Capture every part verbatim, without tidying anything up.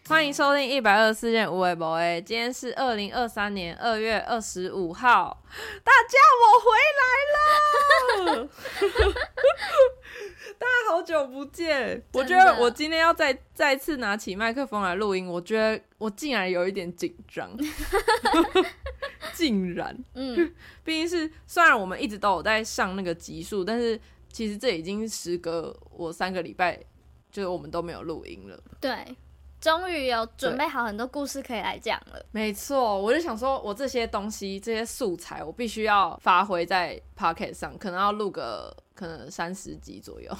欢迎收听一百二十四件无为博 A， 今天是二零二三年二月二十五号，大家我回来了，大家好久不见。我觉得我今天要再再次拿起麦克风来录音，我觉得我竟然有一点紧张，竟然，嗯，毕竟是虽然我们一直都有在上那个集数，但是其实这已经时隔我三个礼拜，就是我们都没有录音了， 对。终于有准备好很多故事可以来讲了。 没错，我就想说我这些东西这些素材我必须要发挥在 Podcast 上，可能要录个可能三十集左右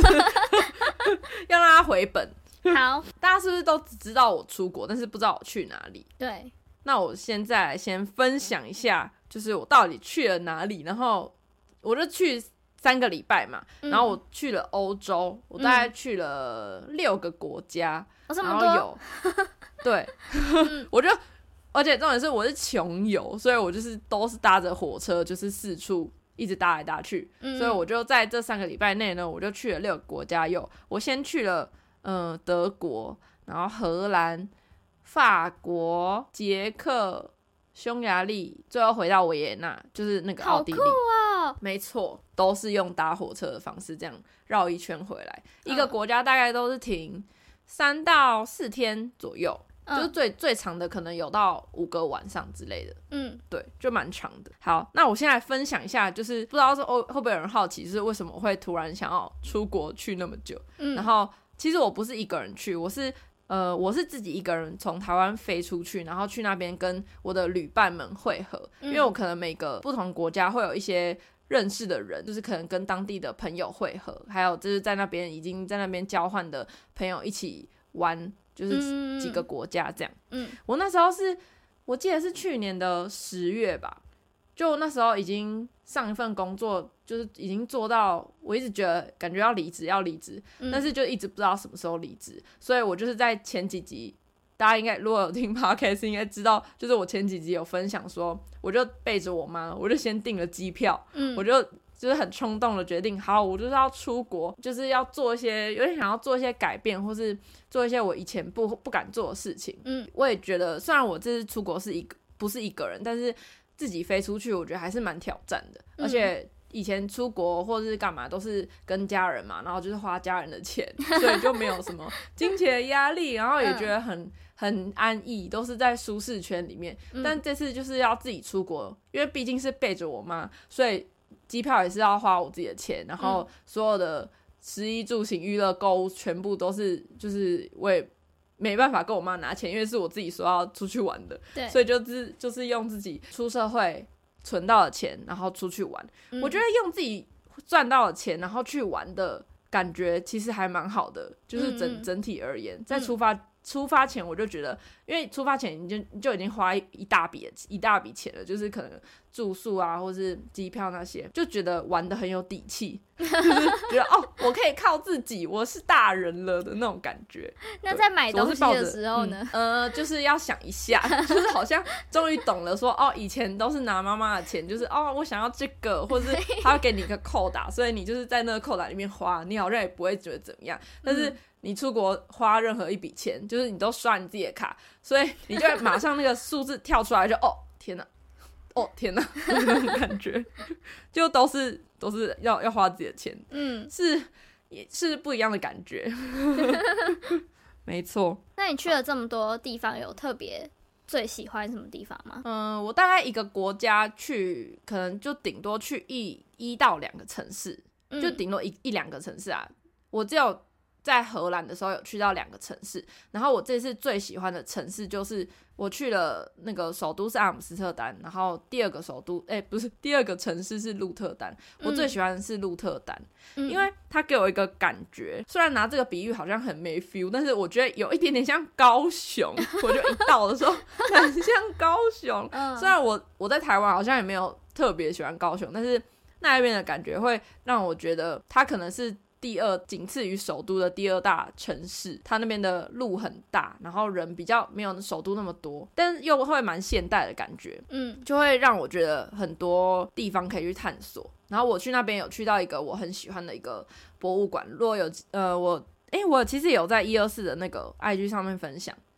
要让它回本。 好， 大家是不是都只知道我出国但是不知道我去哪里？ 对， 那我现在先分享一下就是我到底去了哪里，然后我就去三个礼拜嘛、嗯、然后我去了欧洲，我大概去了六个国家、 嗯、 然后有对、嗯、我就而且重点是我是穷游，所以我就是都是搭着火车，就是四处一直搭来搭去、嗯、所以我就在这三个礼拜内呢，我就去了六个国家。有我先去了、呃、德国，然后荷兰、法国、捷克、匈牙利，最后回到维也纳，就是那个奥地利。 好酷哦！ 没错，都是用搭火车的方式这样绕一圈回来、嗯、一个国家大概都是停三到四天左右、嗯、就是最最长的可能有到五个晚上之类的。嗯，对，就蛮长的。好，那我现在分享一下，就是不知道是会不会有人好奇，就是为什么我会突然想要出国去那么久、嗯、然后其实我不是一个人去，我是呃，我是自己一个人从台湾飞出去，然后去那边跟我的旅伴们会合、嗯、因为我可能每个不同国家会有一些认识的人，就是可能跟当地的朋友会合，还有就是在那边已经在那边交换的朋友一起玩，就是几个国家这样。嗯，我那时候是我记得是去年的十月吧，就那时候已经上一份工作就是已经做到我一直觉得感觉要离职要离职、嗯、但是就一直不知道什么时候离职，所以我就是在前几集大家应该如果有听 podcast 应该知道，就是我前几集有分享说我就背着我妈，我就先订了机票、嗯、我就就是很冲动的决定，好我就是要出国，就是要做一些有点想要做一些改变，或是做一些我以前不不敢做的事情。嗯，我也觉得虽然我这次出国是一个不是一个人，但是自己飞出去我觉得还是蛮挑战的、嗯、而且以前出国或是干嘛都是跟家人嘛，然后就是花家人的钱，所以就没有什么金钱的压力，然后也觉得很很安逸，都是在舒适圈里面、嗯、但这次就是要自己出国，因为毕竟是背着我妈，所以机票也是要花我自己的钱，然后所有的食衣住行娱乐购物全部都是就是我也没办法跟我妈拿钱，因为是我自己说要出去玩的，对，所以就是就是用自己出社会存到的钱然后出去玩、嗯、我觉得用自己赚到的钱然后去玩的感觉其实还蛮好的，就是整、嗯、整体而言在出发、嗯、出发前我就觉得，因为出发前你就你就已经花一大笔一大笔钱了，就是可能住宿啊或是机票那些，就觉得玩得很有底气就是觉得哦我可以靠自己，我是大人了的那种感觉。 那在买东西的时候呢、 嗯、呃就是要想一下就是好像终于懂了说哦以前都是拿妈妈的钱，就是哦我想要这个，或是他会给你一个扣打所以你就是在那个扣打里面花，你好像也不会觉得怎么样，但是你出国花任何一笔钱就是你都刷你自己的卡，所以你就会马上那个数字跳出来就哦天哪哦天哪那种感觉就都是都是要要花自己的钱，嗯，是也是不一样的感觉没错。 那你去了这么多地方，有特别最喜欢什么地方吗？ 嗯，我大概一个国家去可能就顶多去一一到两个城市、嗯、就顶多一一两个城市啊。我只有在荷兰的时候有去到两个城市，然后我这次最喜欢的城市就是我去了那个首都是阿姆斯特丹，然后第二个首都哎、欸、不是第二个城市是鹿特丹，我最喜欢的是鹿特丹、嗯、因为它给我一个感觉，虽然拿这个比喻好像很没 feel， 但是我觉得有一点点像高雄我就一到的时候很像高雄、嗯、虽然我我在台湾好像也没有特别喜欢高雄，但是那边的感觉会让我觉得它可能是第二仅次于首都的第二大城市，它那边的路很大，然后人比较没有首都那么多，但是又会蛮现代的感觉，嗯，就会让我觉得很多地方可以去探索。然后我去那边有去到一个我很喜欢的一个博物馆，如果有呃我诶我其实有在一二四的那个 I G 上面分享，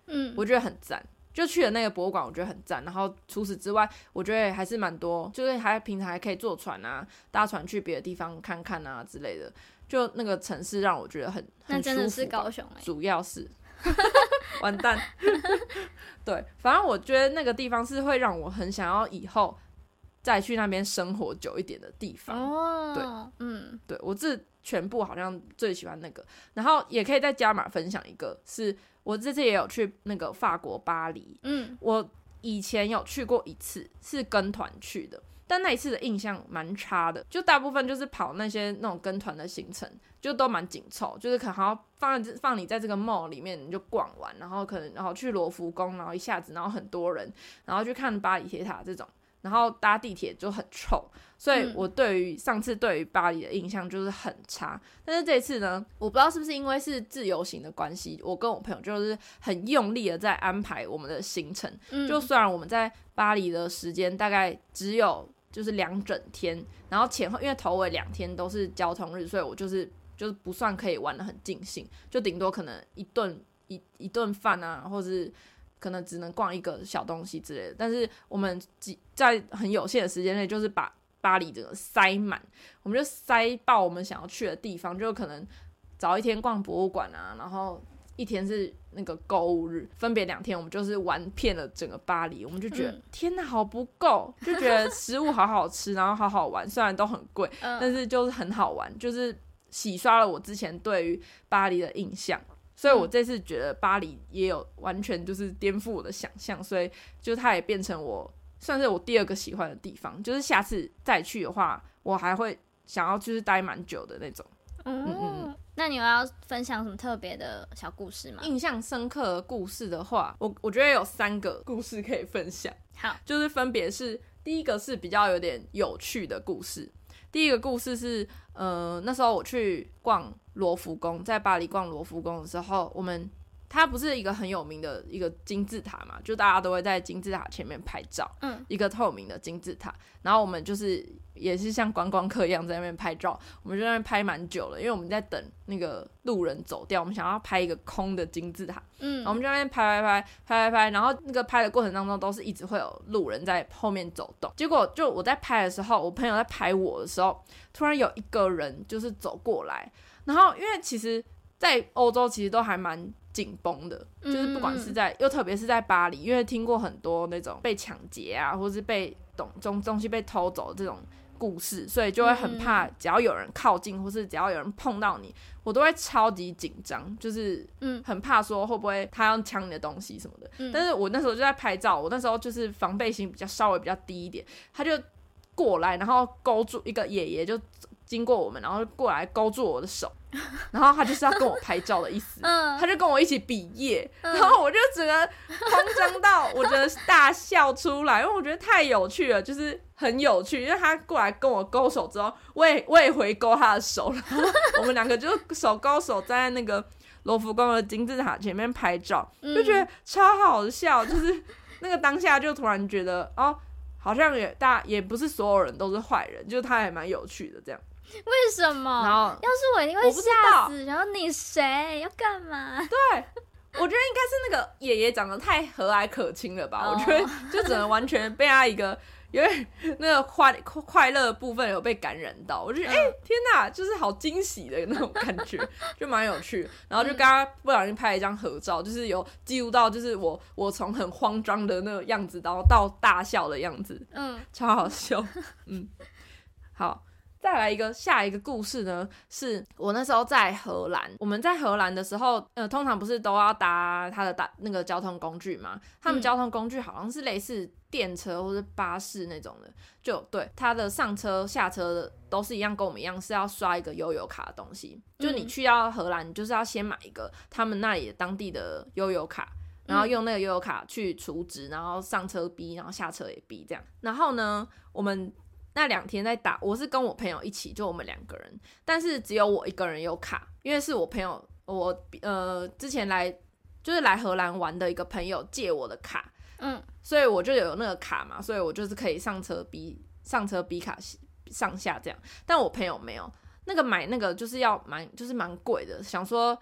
嗯，我觉得很赞。就去了那个博物馆，我觉得很赞。然后除此之外，我觉得还是蛮多，就是还平常还可以坐船啊，搭船去别的地方看看啊之类的。就那个城市让我觉得很很舒服。那真的是高雄欸， 主要是完蛋。对，反正我觉得那个地方是会让我很想要以后再去那边生活久一点的地方。哦，对，嗯，对我这全部好像最喜欢那个。然后也可以再加码分享一个，是我这次也有去那个法国巴黎。嗯，我以前有去过一次，是跟团去的。但那一次的印象蛮差的，就大部分就是跑那些那种跟团的行程，就都蛮紧凑，就是可能还要放放你在这个 mall 里面，你就逛完，然后可能然后去罗浮宫，然后一下子然后很多人，然后去看巴黎铁塔这种，然后搭地铁就很臭，所以我对于上次对于巴黎的印象就是很差。但是这一次呢，我不知道是不是因为是自由行的关系，我跟我朋友就是很用力的在安排我们的行程，嗯，就虽然我们在巴黎的时间大概只有就是两整天，然后前后因为头尾两天都是交通日，所以我就是就是不算可以玩得很尽兴，就顶多可能一顿一一顿饭啊，或是可能只能逛一个小东西之类的。但是我们在很有限的时间内，就是把巴黎整个塞满，我们就塞爆我们想要去的地方，就可能早一天逛博物馆啊，然后一天是那个购物日，分别两天我们就是玩遍了整个巴黎。我们就觉得、嗯、天哪好不够，就觉得食物好好吃然后好好玩，虽然都很贵、嗯、但是就是很好玩，就是洗刷了我之前对于巴黎的印象。所以我这次觉得巴黎也有完全就是颠覆我的想象，所以就它也变成我算是我第二个喜欢的地方，就是下次再去的话我还会想要就是待蛮久的那种。嗯嗯嗯，那你有要分享什么特别的小故事吗？ 印象深刻的故事的话，我我觉得有三个故事可以分享。 好， 就是分别是第一个是比较有点有趣的故事。第一个故事是，呃，那时候我去逛罗浮宫，在巴黎逛罗浮宫的时候，我们它不是一个很有名的一个金字塔嘛，就大家都会在金字塔前面拍照，嗯，一个透明的金字塔，然后我们就是也是像观光客一样在那边拍照，我们就在那边拍蛮久了，因为我们在等那个路人走掉，我们想要拍一个空的金字塔，嗯，然后我们就在那边拍拍拍拍拍拍，然后那个拍的过程当中都是一直会有路人在后面走动，结果就我在拍的时候，我朋友在拍我的时候，突然有一个人就是走过来，然后因为其实在欧洲其实都还蛮紧绷的，就是不管是在、嗯、又特别是在巴黎，因为听过很多那种被抢劫啊，或是被东东西被偷走这种故事，所以就会很怕只要有人靠近或是只要有人碰到你，我都会超级紧张，就是很怕说会不会他要抢你的东西什么的、嗯、但是我那时候就在拍照，我那时候就是防备心比较稍微比较低一点，他就过来然后勾住一个爷爷就经过我们，然后过来勾住我的手，然后他就是要跟我拍照的意思、嗯、他就跟我一起比耶、嗯、然后我就整个慌张到我觉得大笑出来，因为我觉得太有趣了，就是很有趣，因为他过来跟我勾手之后，我也我也回勾他的手，然后我们两个就手勾手站在那个罗浮宫的金字塔前面拍照，就觉得超好笑，就是那个当下就突然觉得哦，好像也大也不是所有人都是坏人，就他还蛮有趣的这样。 为什么？ 然后要是我一定会吓死。然后你谁要干嘛？ 对，我觉得应该是那个爷爷长得太和蔼可亲了吧、oh. 我觉得就只能完全被他一个有点那个快快乐的部分有被感染到，我就觉得哎、欸、天哪，就是好惊喜的那种感觉，就蛮有趣的。然后就跟他不小心拍了一张合照，就是有记录到就是我我从很慌张的那个样子，然后到大笑的样子，嗯，超好笑，嗯，好。再来一个下一个故事呢，是我那时候在荷兰，我们在荷兰的时候，呃，通常不是都要搭他的大那个交通工具吗？他们交通工具好像是类似电车或是巴士那种的，就对，他的上车下车的都是一样，跟我们一样是要刷一个悠游卡的东西。就你去到荷兰，你就是要先买一个他们那里的当地的悠游卡，然后用那个悠游卡去储值，然后上车逼，然后下车也逼这样。然后呢，我们那两天在打，我是跟我朋友一起，就我们两个人，但是只有我一个人有卡，因为是我朋友，我呃之前来就是来荷兰玩的一个朋友借我的卡，嗯，所以我就有那个卡嘛，所以我就是可以上车逼上车逼卡上下这样，但我朋友没有，那个买那个就是要蛮就是蛮贵的，想说好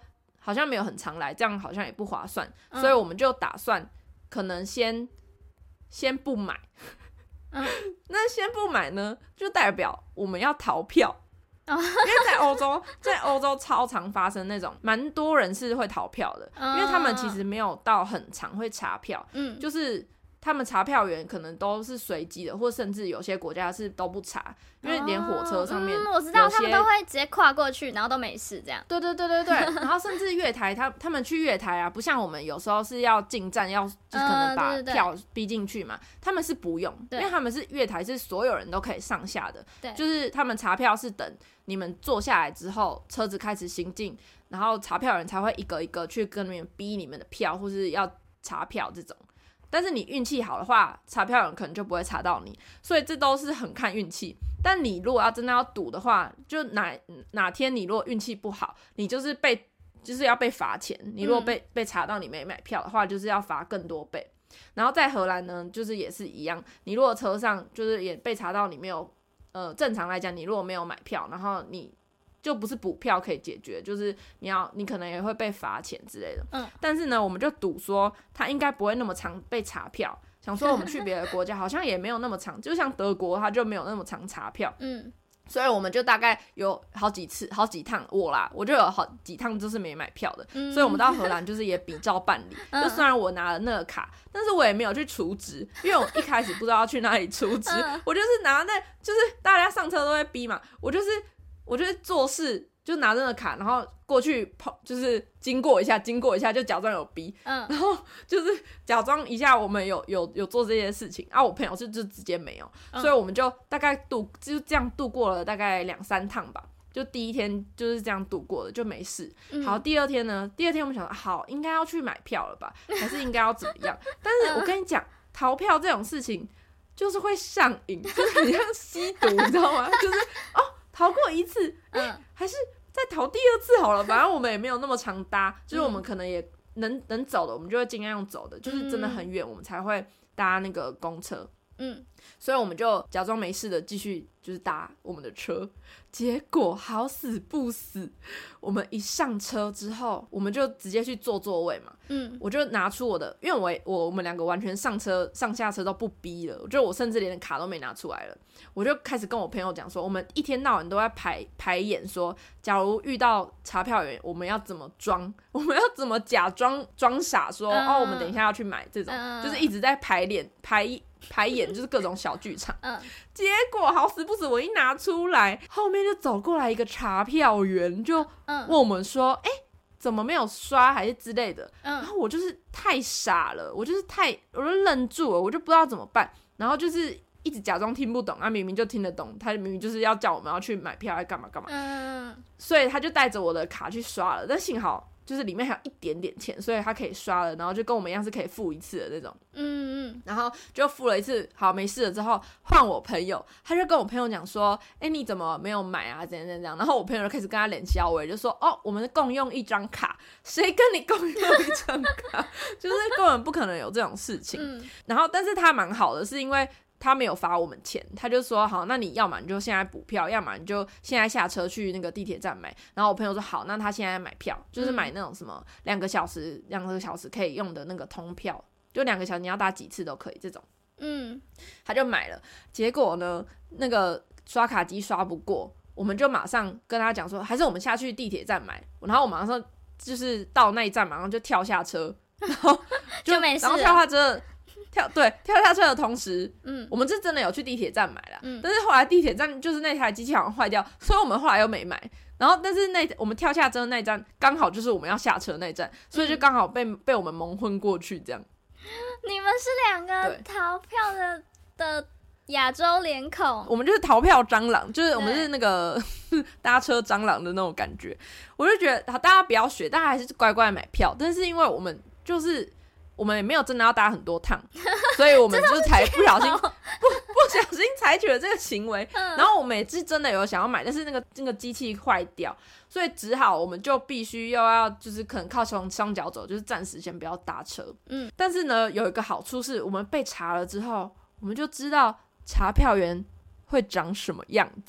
好像没有很常来，这样好像也不划算，嗯、所以我们就打算可能先先不买。嗯、那先不买呢，就代表我们要逃票。因为在欧洲，在欧洲超常发生那种，蛮多人是会逃票的，因为他们其实没有到很常会查票，嗯，就是他们查票员可能都是随机的，或甚至有些国家是都不查，因为连火车上面、 哦嗯，我知道他们都会直接跨过去，然后都没事这样。 对对对对对，然后甚至月台，他他们去月台啊，不像我们有时候是要进站，要就可能把票逼进去嘛，嗯、对对对他们是不用，因为他们是月台是所有人都可以上下的，对，就是他们查票是等你们坐下来之后，车子开始行进，然后查票人才会一个一个去跟你们逼你们的票，或是要查票这种。但是你运气好的话，查票人可能就不会查到你，所以这都是很看运气。但你如果要真的要赌的话，就哪哪天你如果运气不好，你就是被就是要被罚钱。你如果被、嗯、被查到你没买票的话，就是要罚更多倍。然后在荷兰呢，就是也是一样，你如果车上就是也被查到你没有，呃，正常来讲，你如果没有买票，然后你就不是补票可以解决，就是你要你可能也会被罚钱之类的。嗯，但是呢，我们就赌说他应该不会那么常被查票，想说我们去别的国家好像也没有那么常，就像德国他就没有那么常查票。嗯。所以我们就大概有好几次好几趟我啦我就有好几趟就是没买票的、嗯、所以我们到荷兰就是也比照办理、嗯、就虽然我拿了那个卡，但是我也没有去储值，因为我一开始不知道要去哪里储值、嗯、我就是拿那就是大家上车都会逼嘛，我就是我就是做事就拿着那个卡，然后过去跑，就是经过一下，经过一下就假装有逼，嗯，然后就是假装一下我们有有有做这些事情啊。我朋友是就直接没有，嗯、所以我们就大概度就这样度过了大概两三趟吧。就第一天就是这样度过的，就没事。嗯、好，第二天呢？第二天我们想说，好，应该要去买票了吧？还是应该要怎么样？但是我跟你讲，逃票这种事情就是会上瘾，就是很像吸毒，你知道吗？就是哦，逃过一次，哎、嗯，还是。再逃第二次好了，反正我们也没有那么常搭，就是我们可能也能能走的，我们就会尽量用走的，就是真的很远，我们才会搭那个公车。嗯，所以我们就假装没事的继续就是搭我们的车，结果好死不死，我们一上车之后，我们就直接去坐座位嘛。嗯，我就拿出我的，因为我我我们两个完全上车上下车都不逼了，我觉得我甚至连卡都没拿出来了，我就开始跟我朋友讲说，我们一天到晚都在排排演说，假如遇到查票员，我们要怎么装，我们要怎么假装装傻说、嗯、哦，我们等一下要去买这种，嗯、就是一直在排练排。排演就是各种小剧场、嗯、结果好死不死我一拿出来，后面就走过来一个查票员，就问我们说哎、欸，怎么没有刷还是之类的、嗯、然后我就是太傻了，我就是太我就愣住了，我就不知道怎么办，然后就是一直假装听不懂，他、啊、明明就听得懂，他明明就是要叫我们要去买票还干嘛干嘛、嗯、所以他就带着我的卡去刷了，但幸好就是里面还有一点点钱，所以他可以刷了，然后就跟我们一样是可以付一次的那种。嗯嗯。然后就付了一次，好没事了之后，换我朋友，他就跟我朋友讲说：“哎、欸，你怎么没有买啊？怎样怎样？”然后我朋友就开始跟他连消委，就说：“哦，我们共用一张卡，谁跟你共用一张卡？就是根本不可能有这种事情。嗯”然后，但是他蛮好的，是因为他没有罚我们钱，他就说好，那你要么你就现在补票，要么你就现在下车去那个地铁站买。然后我朋友说好，那他现在买票，就是买那种什么两个小时两个小时可以用的那个通票，就两个小时你要搭几次都可以这种。嗯，他就买了，结果呢，那个刷卡机刷不过，我们就马上跟他讲说，还是我们下去地铁站买。然后我马上就是到那一站，马上就跳下车，然后 就, 就没事了， 然后跳下车。跳对跳下车的同时，嗯，我们是真的有去地铁站买啦，嗯，但是后来地铁站就是那台机器好像坏掉，所以我们后来又没买。然后，但是那我们跳下车的那一站刚好就是我们要下车的那一站，所以就刚好被、嗯、被我们蒙混过去这样。 你们是两个逃票的的亚洲脸孔， 我们就是逃票蟑螂，就是我们是那个搭车蟑螂的那种感觉。我就觉得大家不要学，大家还是乖乖买票。但是因为我们就是我们也没有真的要搭很多趟，所以我们就才不小心不不小心采取了这个行为。然后我们也是真的有想要买，但是那个那个机器坏掉，所以只好我们就必须又要就是可能靠双双脚走，就是暂时先不要搭车。嗯，但是呢，有一个好处是我们被查了之后，我们就知道查票员会长什么样子。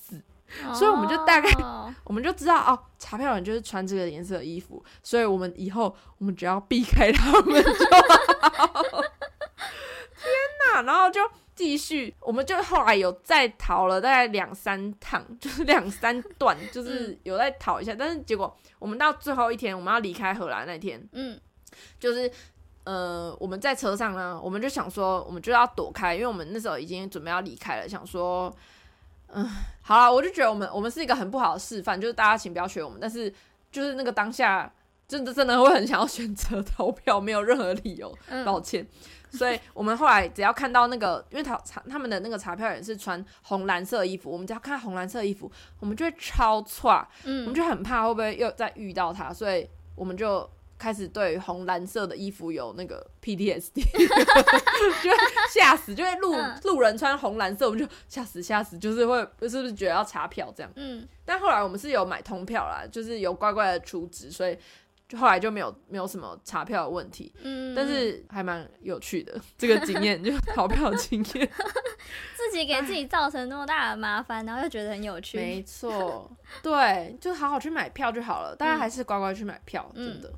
所以我们就大概、oh. 我们就知道哦，查票人就是穿这个颜色的衣服，所以我们以后我们只要避开他们就好。天哪！然后就继续，我们就后来有再逃了大概两三趟，就是两三段，就是有再逃一下，嗯、但是结果我们到最后一天，我们要离开荷兰那天，嗯，就是呃我们在车上呢，我们就想说，我们就要躲开，因为我们那时候已经准备要离开了，想说。嗯，好啦，我就觉得我们我们是一个很不好的示范，就是大家请不要学我们，但是就是那个当下真的真的会很想要选择逃票，没有任何理由，抱歉。嗯、所以我们后来只要看到那个，因为他他们的那个查票人是穿红蓝色的衣服，我们只要看到红蓝色的衣服，我们就会超挫，嗯，我们就很怕会不会又再遇到他，所以我们就。开始对红蓝色的衣服有那个 P T S D， 就会吓死，就会路路人穿红蓝色，我们就吓死吓死，就是会是不是觉得要查票这样？嗯，但后来我们是有买通票啦，就是有乖乖的出值，所以就后来就没有没有什么查票的问题。嗯，但是还蛮有趣的这个经验，就逃票的经验， 自己给自己造成那么大的麻烦，然后又觉得很有趣。 没错，对，就好好去买票就好了，大家还是乖乖去买票，嗯、真的。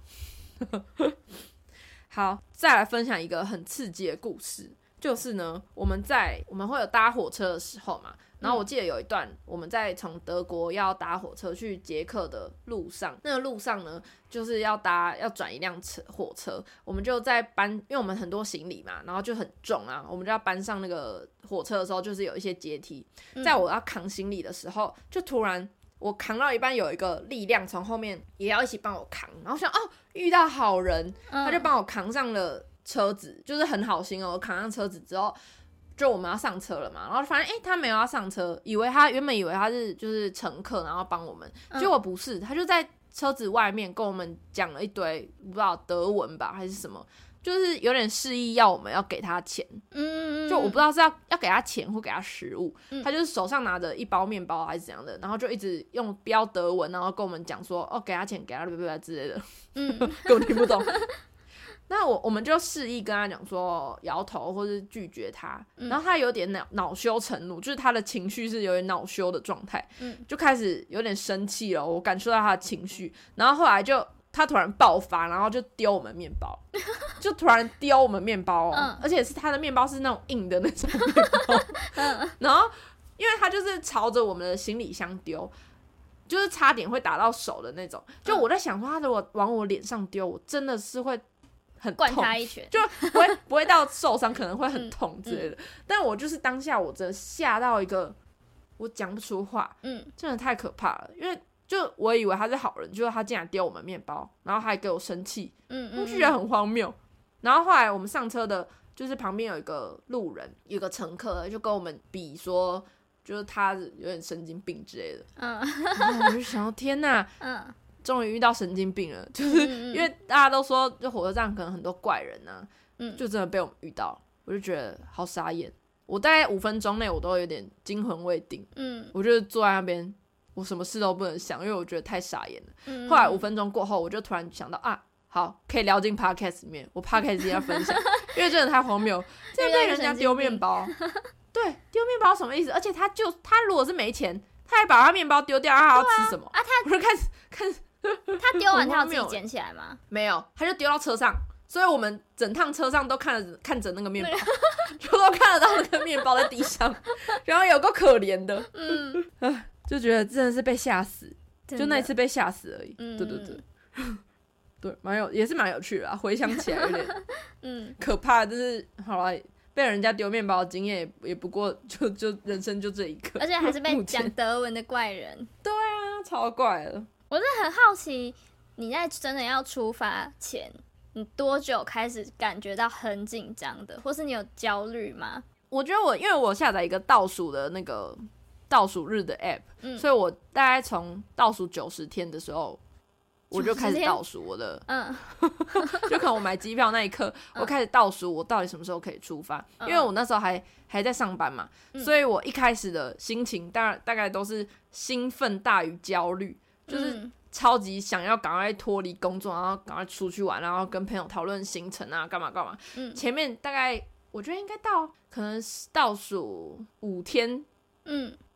好，再来分享一个很刺激的故事，就是呢，我们在我们会有搭火车的时候嘛，然后我记得有一段我们在从德国要搭火车去捷克的路上，那个路上呢，就是要搭要转一辆车火车，我们就在搬，因为我们很多行李嘛，然后就很重啊，我们就要搬上那个火车的时候，就是有一些阶梯，在我要扛行李的时候，就突然。我扛到一半，有一个力量从后面也要一起帮我扛，然后想哦遇到好人，他就帮我扛上了车子，就是很好心哦。我扛上车子之后，就我们要上车了嘛，然后发现哎他没有要上车，以为他原本以为他是就是乘客，然后帮我们，结果不是，他就在车子外面跟我们讲了一堆不知道德文吧还是什么。就是有点示意要我们要给他钱，嗯，就我不知道是要要给他钱或给他食物，嗯、他就是手上拿着一包面包还是怎样的，然后就一直用标德文，然后跟我们讲说哦给他钱给他对不对之类的，嗯，根本听不懂。那我我们就示意跟他讲说摇头或是拒绝他，嗯、然后他有点恼恼羞成怒，就是他的情绪是有点恼羞的状态，嗯，就开始有点生气了，我感受到他的情绪，然后后来就。他突然爆发，然后就丢我们面包，就突然丢我们面包哦，嗯、而且是他的面包是那种硬的那种面包，嗯、然后因为他就是朝着我们的行李箱丢，就是差点会打到手的那种。就我在想说，他如果往我脸上丢，我真的是会很痛， 灌他一拳， 就不会不会到受伤，可能会很痛之类的。嗯嗯、但我就是当下我真的吓到一个，我讲不出话，嗯，真的太可怕了，因为。就我以为他是好人，就是他竟然丢我们面包，然后还给我生气，嗯嗯，我就觉得很荒谬。然后后来我们上车的，就是旁边有一个路人，有个乘客就跟我们比说，就是他有点神经病之类的。嗯，然后我就想到天哪，嗯，终于遇到神经病了，就是因为大家都说，就火车站可能很多怪人啊，嗯，就真的被我们遇到，我就觉得好傻眼。我大概五分钟内我都有点惊魂未定，嗯，我就坐在那边。我什么事都不能想，因为我觉得太傻眼了。嗯、后来五分钟过后，我就突然想到啊，好，可以聊进 podcast 里面，我 podcast 今天要分享，因为真的太荒谬，这样被人家丢面包，对，丢面包什么意思？而且他就他如果是没钱，他还把他面包丢掉，他还要吃什么？啊，啊他我就开始看， 他丢完他要自己捡起来吗？ 没有，他就丢到车上，所以我们整趟车上都看着看着那个面包，就都看得到那个面包在地上，然后有够可怜的，嗯。就觉得真的是被吓死，就那一次被吓死而已。嗯、对对对，对，蛮有，也是蛮有趣的啊。回想起来有点，嗯，可怕。就是好了，被人家丢面包的经验也也不过就就人生就这一个， 而且还是被讲德文的怪人。 对啊，超怪的。 我是很好奇，你在真的要出发前，你多久开始感觉到很紧张的，或是你有焦虑吗？ 我觉得我因为我下载一个倒数的那个。倒数日的 app，、嗯、所以我大概从倒数九十天的时候，我就开始倒数我的，嗯，就可能我买机票那一刻，嗯、我开始倒数我到底什么时候可以出发，嗯、因为我那时候还还在上班嘛，嗯、所以我一开始的心情大大概都是兴奋大于焦虑，就是超级想要赶快脱离工作，然后赶快出去玩，然后跟朋友讨论行程啊，干嘛干嘛。嗯、前面大概我觉得应该到可能倒数五天，嗯。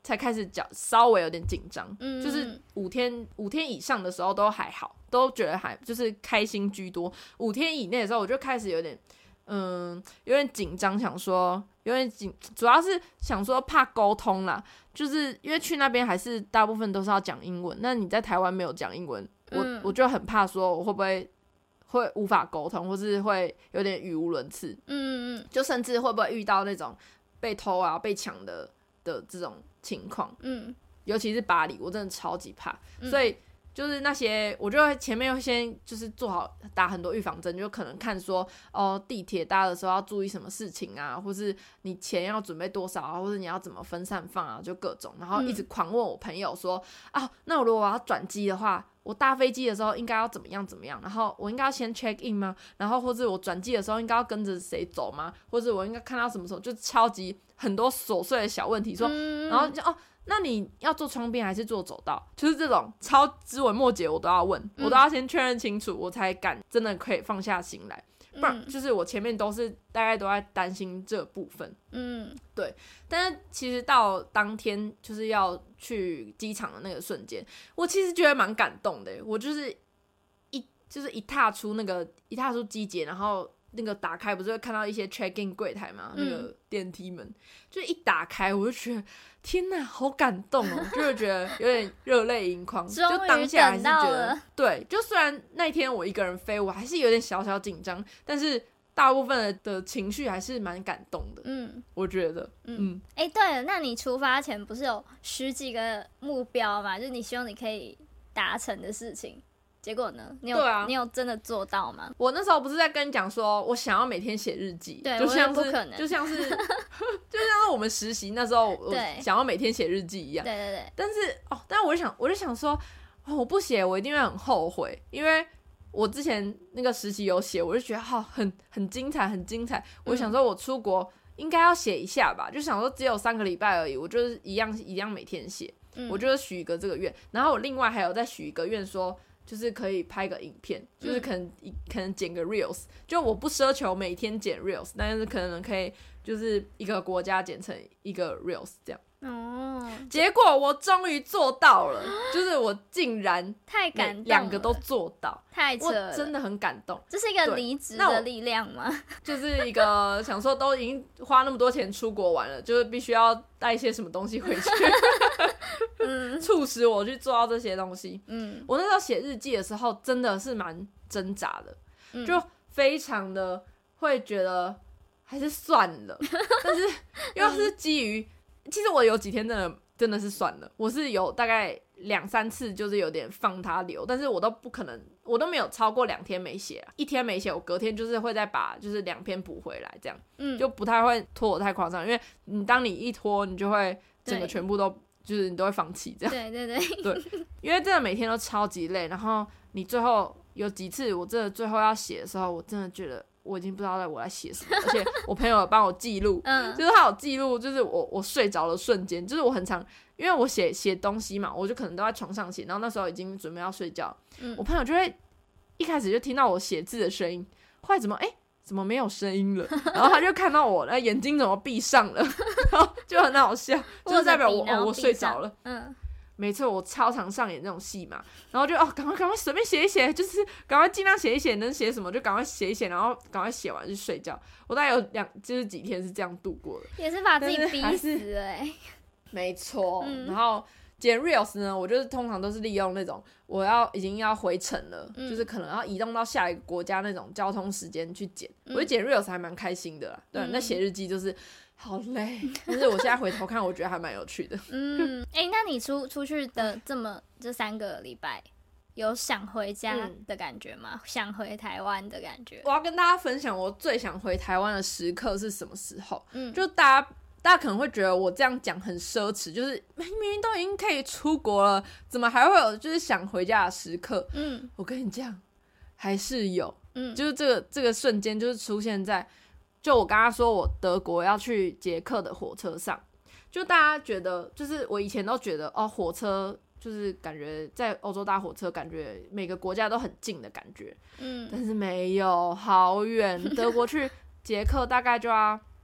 才开始脚稍微有点紧张， 嗯， 就是五天五天以上的时候都还好，都觉得还就是开心居多。五天以内的时候，我就开始有点嗯有点紧张，想说有点紧，主要是想说怕沟通啦，就是因为去那边还是大部分都是要讲英文，那你在台湾没有讲英文，我、嗯、我就很怕说我会不会会无法沟通，或是会有点语无伦次，嗯嗯，就甚至会不会遇到那种被偷啊、被抢的的这种情况，嗯，尤其是巴黎，我真的超级怕，嗯、所以就是那些，我就会前面又先就是做好打很多预防针，就可能看说哦，地铁搭的时候要注意什么事情啊，或是你钱要准备多少啊，或是你要怎么分散放啊，就各种，然后一直狂问我朋友说、嗯、啊，那如果我要转机的话，我搭飞机的时候应该要怎么样怎么样，然后我应该要先 check in 吗？然后或者我转机的时候应该要跟着谁走吗？或者我应该看到什么时候，就超级很多琐碎的小问题说，嗯、然后就哦。那你要坐窗边还是坐走道？就是这种超枝微末节我都要问，嗯、我都要先确认清楚，我才敢真的可以放下心来。不然就是我前面都是大概都在担心这部分。嗯，对。但是其实到当天就是要去机场的那个瞬间，我其实觉得蛮感动的。我就是一就是一踏出那个一踏出机捷，然后那个打开不是会看到一些 check in 柜台嘛，嗯、那个电梯门就一打开，我就觉得天哪，好感动哦，就是觉得有点热泪盈眶。就当下还是觉得，对，就虽然那天我一个人飞，我还是有点小小紧张，但是大部分 的, 的情绪还是蛮感动的。嗯，我觉得，嗯， 哎、嗯欸，对了，那你出发前不是有十几个目标嘛？就是你希望你可以达成的事情。结果呢？你有、啊、你有真的做到吗？ 我那时候不是在跟你讲说，我想要每天写日记， 对， 就像是我也不可能， 就像是就像是我们实习那时候，我想要每天写日记一样。 对对对。 但是哦，但是我就想，我就想说，哦、我不写，我一定会很后悔，因为我之前那个实习有写，我就觉得好、哦、很很精彩，很精彩。我就想说，我出国应该要写一下吧，就想说只有三个礼拜而已，我就是一样一样每天写，嗯、我就是许一个这个愿，然后我另外还有再许一个愿说。就是可以拍个影片，就是可能、嗯、可能剪个 reels， 就我不奢求每天剪 reels， 但是可能可以就是一个国家剪成一个 reels 这样。哦，结果我终于做到了，就是我竟然太感动了， 两个都做到， 太扯了， 我真的很感动。 这是一个离职的力量吗？ 就是一个想说都已经花那么多钱出国玩了，就是必须要带一些什么东西回去。嗯，促使我去做到这些东西。嗯，我那时候写日记的时候真的是蛮挣扎的，嗯、就非常的会觉得还是算了。但是又是基于，嗯、其实我有几天真的真的是算了，我是有大概两三次就是有点放它流，但是我都不可能，我都没有超过两天没写、啊，一天没写，我隔天就是会再把就是两篇补回来，这样，嗯，就不太会拖我太夸张，因为你当你一拖，你就会整个全部都。就是你都会放弃这样， 对对对对，因为真的每天都超级累，然后你最后有几次我真的最后要写的时候，我真的觉得我已经不知道我在写什么，而且我朋友有帮我记录，嗯，就是他有记录，就是我我睡着的瞬间，就是我很常，因为我写写东西嘛，我就可能都在床上写，然后那时候已经准备要睡觉，嗯，我朋友就会一开始就听到我写字的声音，后来怎么哎。欸怎么没有声音了？然后他就看到我，那眼睛怎么闭上了？然后就很好笑，就是代表我哦，我睡着了。嗯，没错，我超常上演那种戏嘛。然后就哦，赶快赶快随便写一写，就是赶快尽量写一写，能写什么就赶快写一写，然后赶快写完就睡觉。我大概有两就是几天是这样度过的， 也是把自己逼死了哎、欸。 没错，嗯、然后。剪 reels 呢，我就是通常都是利用那种我要已经要回程了、嗯，就是可能要移动到下一个国家那种交通时间去剪。嗯、我觉得剪 reels 还蛮开心的啦，对，嗯、那写日记就是好累，但是我现在回头看，我觉得还蛮有趣的。嗯， 哎、欸，那你出出去的这么这三个礼拜，有想回家的感觉吗？嗯、想回台湾的感觉？ 我要跟大家分享我最想回台湾的时刻是什么时候？嗯，就大家。大家可能会觉得我这样讲很奢侈，就是明明都已经可以出国了，怎么还会有就是想回家的时刻？嗯，我跟你讲，还是有，嗯，就是这个这个瞬间就是出现在，就我刚刚说我德国要去捷克的火车上，就大家觉得，就是我以前都觉得哦，火车就是感觉在欧洲搭火车，感觉每个国家都很近的感觉，嗯，但是没有，好远，德国去捷克大概就要。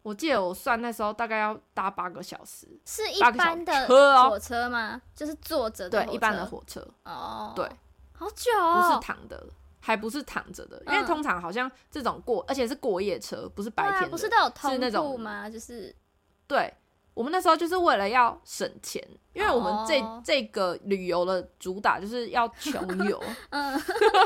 我记得我算那时候大概要搭八个小时， 是一般的火车吗？哦、就是坐着的火车， 对，一般的火车。 哦， 对， 好久哦， 不是躺的，还不是躺着的，因为通常好像这种过，而且是过夜车，不是白天的，啊、 不是都有通铺吗？就是对。我们那时候就是为了要省钱，因为我们这、oh. 这个旅游的主打就是要穷游，嗯，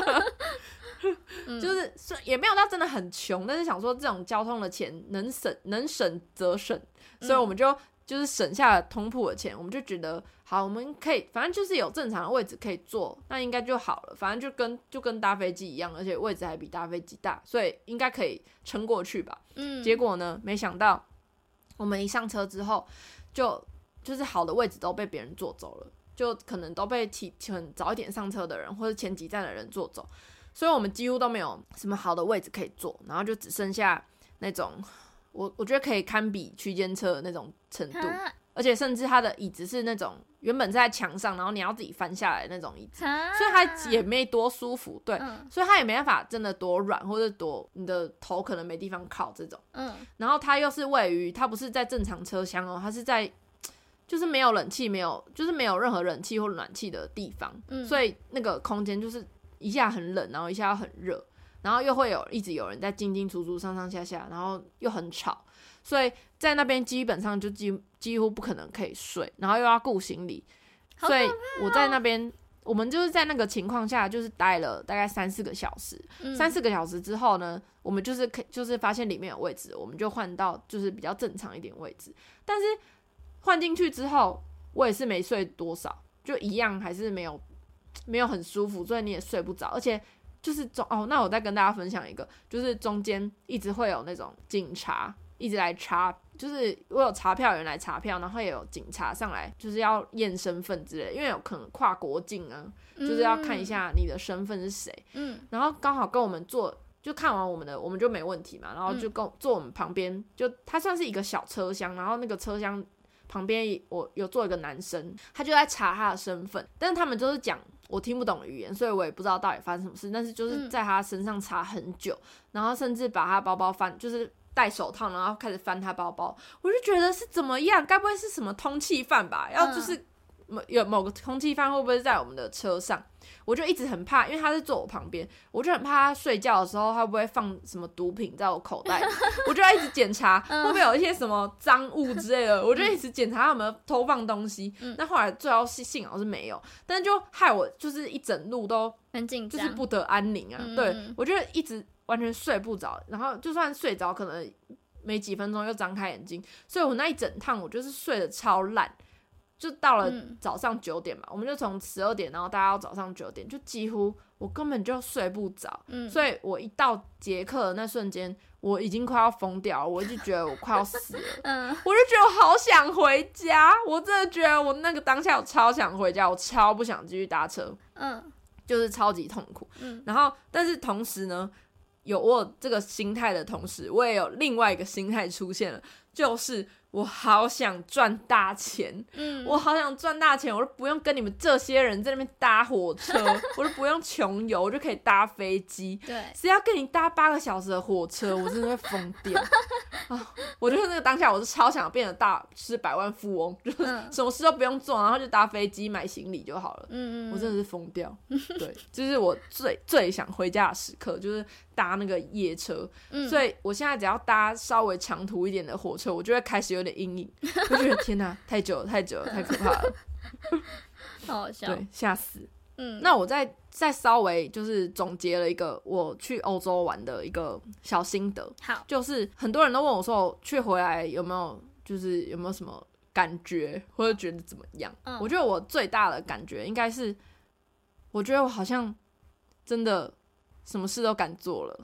就是也没有到真的很穷，但是想说这种交通的钱能省能省则省，所以我们就就是省下了通铺的钱，我们就觉得好，我们可以反正就是有正常的位置可以坐，那应该就好了，反正就跟就跟搭飞机一样，而且位置还比搭飞机大，所以应该可以撑过去吧。嗯，结果呢，没想到。我们一上车之后，就就是好的位置都被别人坐走了，就可能都被提很早一点上车的人或者前几站的人坐走，所以我们几乎都没有什么好的位置可以坐，然后就只剩下那种我我觉得可以堪比区间车的那种程度，而且甚至它的椅子是那种原本是在墙上，然后你要自己翻下来的那种椅子，所以它也没多舒服，对，嗯、所以它也没办法真的多软或者多你的头可能没地方靠这种，嗯，然后它又是位于它不是在正常车厢哦，它是在就是没有冷气，没有就是没有任何冷气或暖气的地方，嗯，所以那个空间就是一下很冷，然后一下很热，然后又会有一直有人在进进出出上上下下，然后又很吵。所以在那边基本上就几几乎不可能可以睡，然后又要顾行李，所以我在那边，我们就是在那个情况下，就是待了大概三四个小时。嗯、三四个小时之后呢，我们就是可就是发现里面有位置，我们就换到就是比较正常一点位置。但是换进去之后，我也是没睡多少，就一样还是没有没有很舒服，所以你也睡不着，而且。就是中哦，那我再跟大家分享一个，就是中间一直会有那种警察一直来查，就是我有查票员来查票，然后也有警察上来，就是要验身份之类的，因为有可能跨国境啊，就是要看一下你的身份是谁。嗯，然后刚好跟我们坐，就看完我们的，我们就没问题嘛，然后就跟坐我们旁边，就它算是一个小车厢，然后那个车厢旁边我有坐一个男生，他就在查他的身份，但是他们就是讲。我听不懂语言，所以我也不知道到底发生什么事。但是就是在他身上查很久，嗯、然后甚至把他包包翻，就是戴手套，然后开始翻他包包。我就觉得是怎么样？该不会是什么通缉犯吧？要就是某有某个通缉犯会不会在我们的车上？我就一直很怕，因为他是坐我旁边，我就很怕他睡觉的时候他会不会放什么毒品在我口袋里，我就要一直检查会不会有一些什么赃物之类的，我就一直检查他有没有偷放东西。嗯、那后来最后幸好是没有，但就害我就是一整路都很紧张， 就是不得安宁啊。嗯、对，我就一直完全睡不着，然后就算睡着，可能没几分钟又张开眼睛，所以我那一整趟我就是睡得超烂。就到了早上九点嘛，嗯、我们就从十二点，然后大家到早上九点，就几乎我根本就睡不着，嗯、所以我一到捷克的那瞬间，我已经快要疯掉了，我就觉得我快要死了，嗯、我就觉得我好想回家，我真的觉得我那个当下我超想回家，我超不想继续搭车，嗯、就是超级痛苦，嗯、然后但是同时呢，有我有这个心态的同时，我也有另外一个心态出现了，就是我好想赚大钱，嗯，我好想赚大钱，我就不用跟你们这些人在那边搭火车，我就不用穷游，我就可以搭飞机。 对， 谁要跟你搭八个小时的火车，我真的会疯掉啊！我就是那个当下，我是超想变得大，就是百万富翁，就是什么事都不用做，然后就搭飞机买行李就好了。嗯嗯，我真的是疯掉。对，就是我最最想回家的时刻，就是搭那个夜车。嗯，所以我现在只要搭稍微长途一点的火车，我就会开始有点阴影，我觉得天哪，太久了，太久了，太可怕了， 好好笑， 对，吓死。嗯，那我再再稍微就是总结了一个我去欧洲玩的一个小心得， 好， 就是很多人都问我说，我去回来有没有就是有没有什么感觉，或者觉得怎么样？嗯，我觉得我最大的感觉应该是，我觉得我好像真的什么事都敢做了。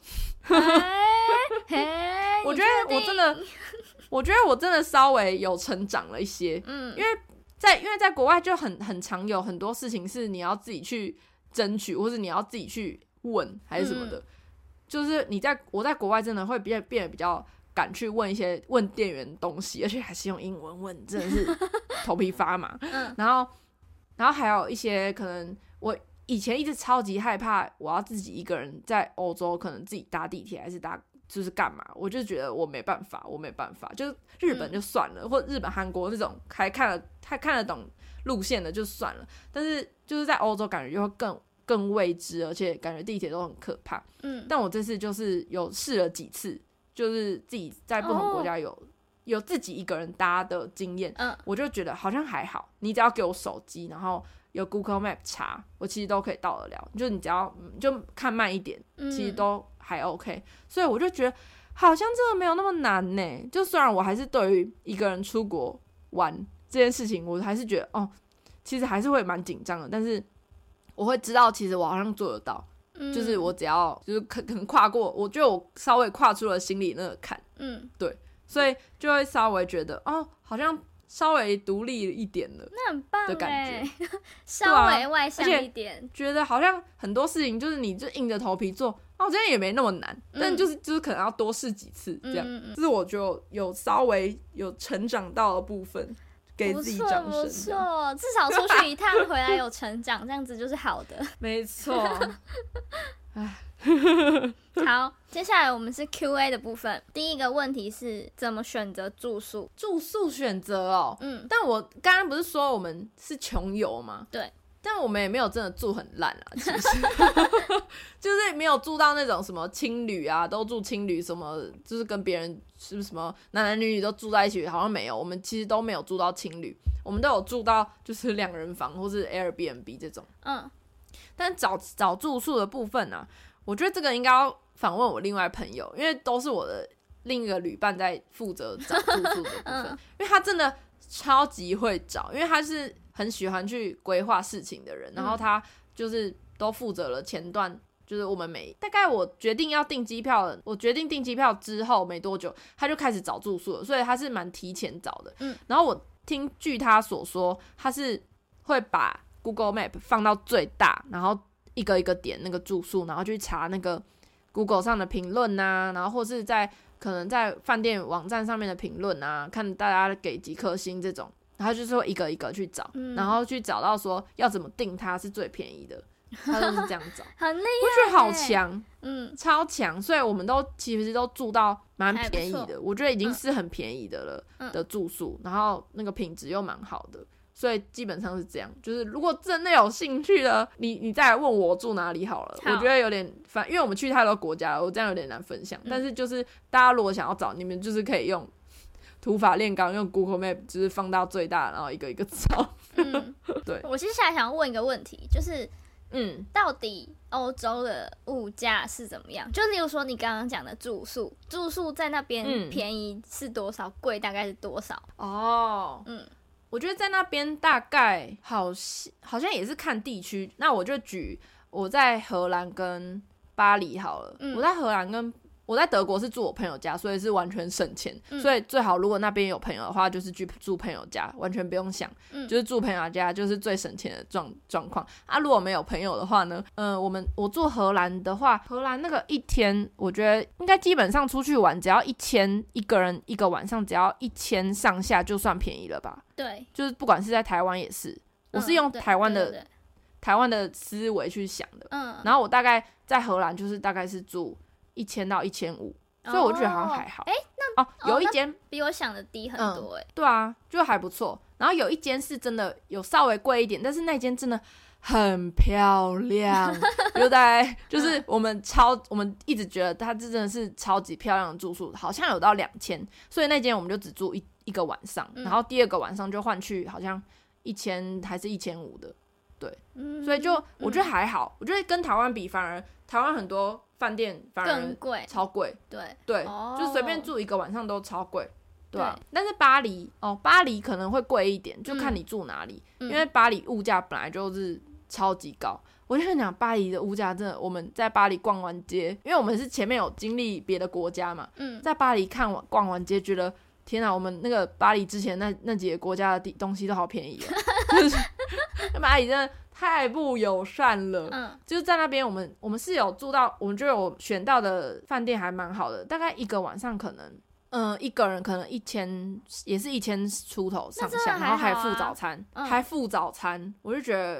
我觉得我真的，我觉得我真的稍微有成长了一些，嗯，因为在因为在国外就很很常有很多事情是你要自己去争取，或是你要自己去问还是什么的，嗯、就是你在我在国外真的会变变得比较敢去问一些问店员东西，而且还是用英文问，真的是头皮发麻。嗯、然后然后还有一些可能我。以前一直超级害怕，我要自己一个人在欧洲，可能自己搭地铁还是搭就是干嘛，我就觉得我没办法，我没办法，就是日本就算了，嗯、或者日本、韩国这种还看得还看得懂路线的就算了，但是就是在欧洲感觉就会更更未知，而且感觉地铁都很可怕。嗯，但我这次就是有试了几次，就是自己在不同国家有、哦、有自己一个人搭的经验，嗯，我就觉得好像还好，你只要给我手机，然后有 Google Map 查，我其实都可以到得了，就你只要就看慢一点，其实都还 OK，、嗯、所以我就觉得好像真的没有那么难呢。就虽然我还是对于一个人出国玩这件事情，我还是觉得哦，其实还是会蛮紧张的，但是我会知道其实我好像做得到，嗯、就是我只要就是可可能跨过，我觉得我稍微跨出了心里那个坎，嗯，对，所以就会稍微觉得哦，好像稍微独立一点了， 那很棒的感觉， 稍微外向一点， 啊、觉得好像很多事情就是你就硬着头皮做，哦，这样也没那么难，嗯、但就是就是可能要多试几次这样，嗯嗯嗯，这是我就有稍微有成长到的部分。给自己掌声， 不错，至少出去一趟回来有成长，这样子就是好的。 没错。 好，接下来我们是 Q A 的部分。第一个问题是怎么选择住宿？ 住宿选择哦，嗯，但我刚刚不是说我们是穷游吗？ 对。 但我们也没有真的住很烂啊，其实就是没有住到那种什么青旅啊，都住青旅，什么就是跟别人是不是什么男男女女都住在一起，好像没有。我们其实都没有住到青旅，我们都有住到就是两人房或是 Airbnb 这种。嗯，但找找住宿的部分啊，我觉得这个应该要访问我另外朋友，因为都是我的另一个旅伴在负责找住宿的部分，嗯、因为他真的超级会找，因为他是很喜欢去规划事情的人，然后他就是都负责了前段，就是我们每大概我决定要订机票了，我决定订机票之后没多久，他就开始找住宿了，所以他是蛮提前找的。嗯，然后我听据他所说，他是会把 Google Map 放到最大，然后一个一个点那个住宿，然后去查那个 Google 上的评论啊，然后或是在可能在饭店网站上面的评论啊，看大家给几颗星这种。然后就是会一个一个去找，嗯、然后去找到说要怎么订它是最便宜的，他都是这样找， 很厉害， 我觉得好强，嗯，超强，所以我们都其实都住到蛮便宜的，我觉得已经是很便宜的了、嗯、的住宿，然后那个品质又蛮好的，所以基本上是这样。就是如果真的有兴趣的，你你再来问我住哪里好了，好我觉得有点烦，因为我们去太多国家了，我这样有点难分享。嗯、但是就是大家如果想要找，你们就是可以用。土法炼钢，用 Google Map 就是放到最大，然后一个一个找。嗯，对。 我接下来想要问一个问题，就是，嗯，到底欧洲的物价是怎么样？就例如说你刚刚讲的住宿，住宿在那边便宜是多少？贵、嗯、大概是多少？哦，嗯， 我觉得在那边大概好像好像也是看地区。那我就举我在荷兰跟巴黎好了。嗯、我在荷兰跟我在德国是住我朋友家，所以是完全省钱、嗯、所以最好如果那边有朋友的话就是去住朋友家，完全不用想、嗯、就是住朋友家就是最省钱的状状况啊。如果没有朋友的话呢，嗯，我们我住荷兰的话，荷兰那个一天我觉得应该基本上出去玩只要一千，一个人一个晚上只要一千上下就算便宜了吧。 对， 就是不管是在台湾也是，我是用台湾的、嗯、对对对台湾的思维去想的，嗯，然后我大概在荷兰就是大概是住一千到一千五，所以我觉得好像还好。哎、欸， 那哦，有一间、哦、 比我想的低很多哎、欸嗯。 对啊，就还不错。然后有一间是真的有稍微贵一点，但是那间真的很漂亮，就在就是我们超我们一直觉得它真的是超级漂亮的住宿，好像有到两千，所以那间我们就只住一一个晚上，嗯、然后第二个晚上就换去好像一千还是一千五的，对，嗯、所以就我觉得还好，嗯、我觉得跟台湾比，反而台湾很多。饭店反而更贵， 超贵， 对对，哦、就随便住一个晚上都超贵，对啊。对但是巴黎哦，巴黎可能会贵一点，就看你住哪里，嗯、因为巴黎物价本来就是超级高。我就跟你讲，巴黎的物价真的，我们在巴黎逛完街，因为我们是前面有经历别的国家嘛，嗯，在巴黎看完逛完街，觉得天啊，我们那个巴黎之前那那几个国家的东西都好便宜哦，就是巴黎真的。太不友善了，嗯，就是在那边，我们我们是有住到，我们觉得我选到的饭店还蛮好的，大概一个晚上可能，嗯、呃，一个人可能一千，也是一千出头上下， 啊、 然后还附早餐，嗯、还附早餐，我就觉得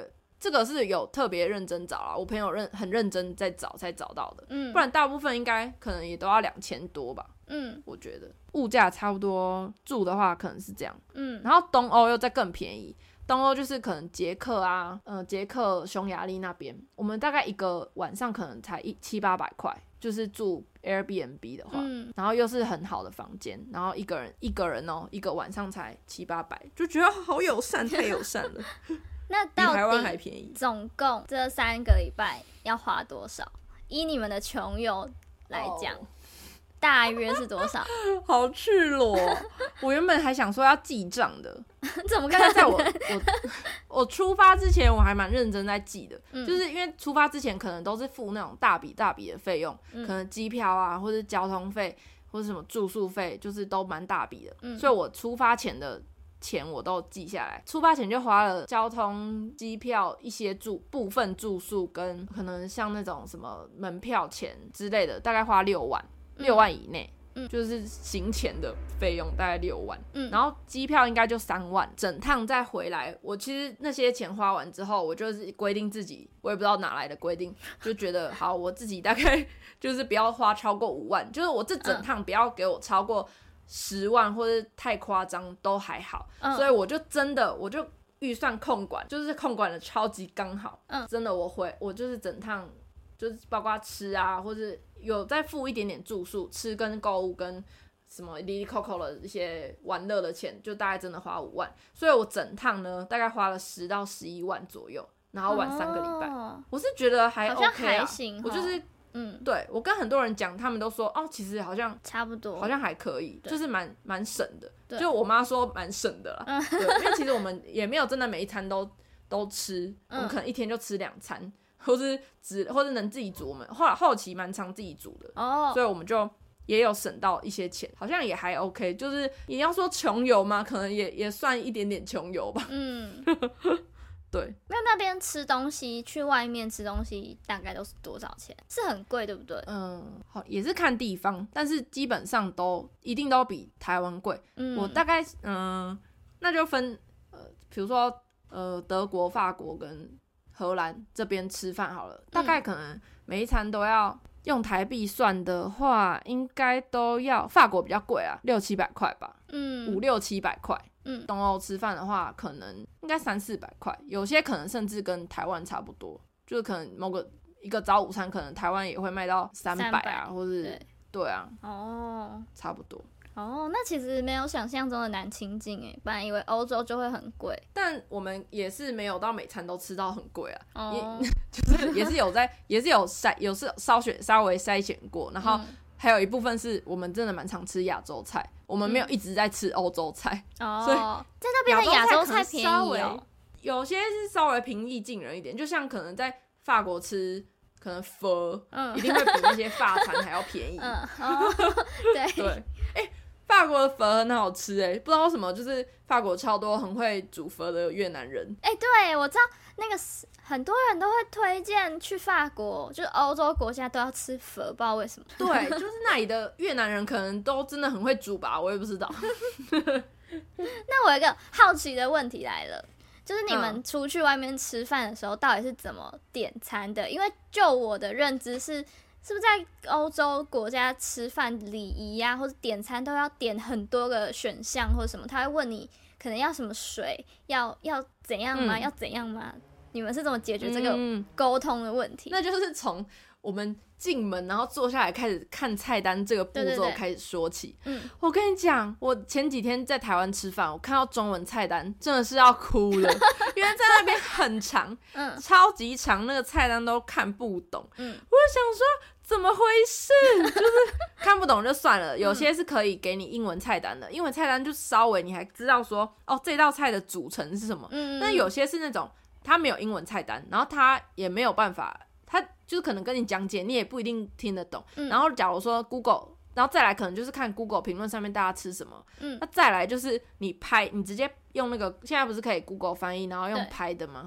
这个是有特别认真找啦，我朋友认很认真在找才找到的， 嗯， 不然大部分应该可能也都要两千多吧，嗯，我觉得物价差不多，住的话可能是这样，嗯，然后东欧又再更便宜，东欧就是可能捷克啊，呃，捷克、匈牙利那边，我们大概一个晚上可能才一七八百块，就是住 Airbnb 的话，嗯，然后又是很好的房间，然后一个人一个人哦，一个晚上才七八百，就觉得好友善，太友善了。 那到底比台湾还便宜， 总共这三个礼拜要花多少？以你们的穷游来讲。Oh.大约是多少？ 好赤裸！我原本还想说要记账的， 怎么看？ 在我我我出发之前，我还蛮认真在记的，嗯、就是因为出发之前可能都是付那种大笔大笔的费用，嗯、可能机票啊，或者交通费，或者什么住宿费，就是都蛮大笔的，嗯、所以我出发前的钱我都记下来，出发前就花了交通、机票、一些住部分住宿跟可能像那种什么门票钱之类的，大概花六万。六万以内，嗯，就是行前的费用大概六万，嗯，然后机票应该就三万，整趟再回来。我其实那些钱花完之后，我就是规定自己，我也不知道哪来的规定，就觉得好，我自己大概就是不要花超过五万，就是我这整趟不要给我超过十万或者太夸张都还好，嗯，所以我就真的我就预算控管，就是控管的超级刚好，嗯，真的我回我就是整趟。就是包括吃啊，或者有再付一点点住宿、吃跟购物跟什么哩哩扣扣的一些玩乐的钱，就大概真的花五万。所以我整趟呢，大概花了十到十一万左右，然后玩三个礼拜。哦、我是觉得还 OK 啊， 好像还行。 我就是嗯，对我跟很多人讲，他们都说哦，其实好像差不多， 好像还可以，就是蛮蛮省的。就我妈说蛮省的啦，嗯、对，因为其实我们也没有真的每一餐都都吃，我们可能一天就吃两餐。或是只或是能自己煮，我们后来后期蛮常自己煮的，哦，所以我们就也有省到一些钱，好像也还 OK。就是你要说穷游嘛，可能也也算一点点穷游吧。嗯，对。 那那边吃东西，去外面吃东西大概都是多少钱？是很贵，对不对？ 嗯，好，也是看地方，但是基本上都一定都比台湾贵。嗯，我大概嗯、呃，那就分呃，比如说呃，德国、法国跟。荷兰这边吃饭好了，大概可能每一餐都要用台币算的话，应该都要法国比较贵啊，六七百块吧，嗯，五六七百块。嗯，东欧吃饭的话，可能应该三四百块，有些可能甚至跟台湾差不多，就是可能某个一个早午餐，可能台湾也会卖到三百啊，或是 对, 对啊，哦，差不多。 哦，那其实没有想象中的难亲近诶，本来以为欧洲就会很贵， 但我们也是没有到每餐都吃到很贵啊，哦、也就是也是有在，也是有筛，有是稍选稍微筛选过，然后还有一部分是我们真的蛮常吃亚洲菜，我们没有一直在吃欧洲菜，嗯、所以在那边的亚洲菜便宜哦， 有些是稍微平易近人一点，就像可能在法国吃。可能佛、嗯、一定会比那些法餐还要便宜。嗯哦、 对对，哎、欸，法国的佛很好吃哎、欸，不知道为什么，就是法国超多很会煮佛的越南人。 哎、欸，对，我知道那个很多人都会推荐去法国，就是欧洲国家都要吃佛，不知道为什么。 对，就是那里的越南人可能都真的很会煮吧，我也不知道。 那我有一个好奇的问题来了。就是你们出去外面吃饭的时候，到底是怎么点餐的？因为就我的认知是，是不是在欧洲国家吃饭礼仪啊，或者点餐都要点很多个选项或者什么？他会问你可能要什么水，要要怎样吗？嗯、要怎样吗？你们是怎么解决这个沟通的问题？ 嗯、那就是从我们进门然后坐下来开始看菜单这个步骤开始说起。对对对，嗯，我跟你讲，我前几天在台湾吃饭，我看到中文菜单真的是要哭了，因为在那边很长，嗯，超级长，那个菜单都看不懂。嗯，我想说怎么回事，就是看不懂就算了，有些是可以给你英文菜单的，英文菜单就稍微你还知道说哦这道菜的组成是什么，嗯，但有些是那种他没有英文菜单，然后他也没有办法。他就是可能跟你讲解，你也不一定听得懂。嗯、然后假如说 Google， 然后再来可能就是看 Google 评论上面大家吃什么。嗯，那再来就是你拍，你直接用那个现在不是可以 Google 翻译，然后用拍的吗？ 对。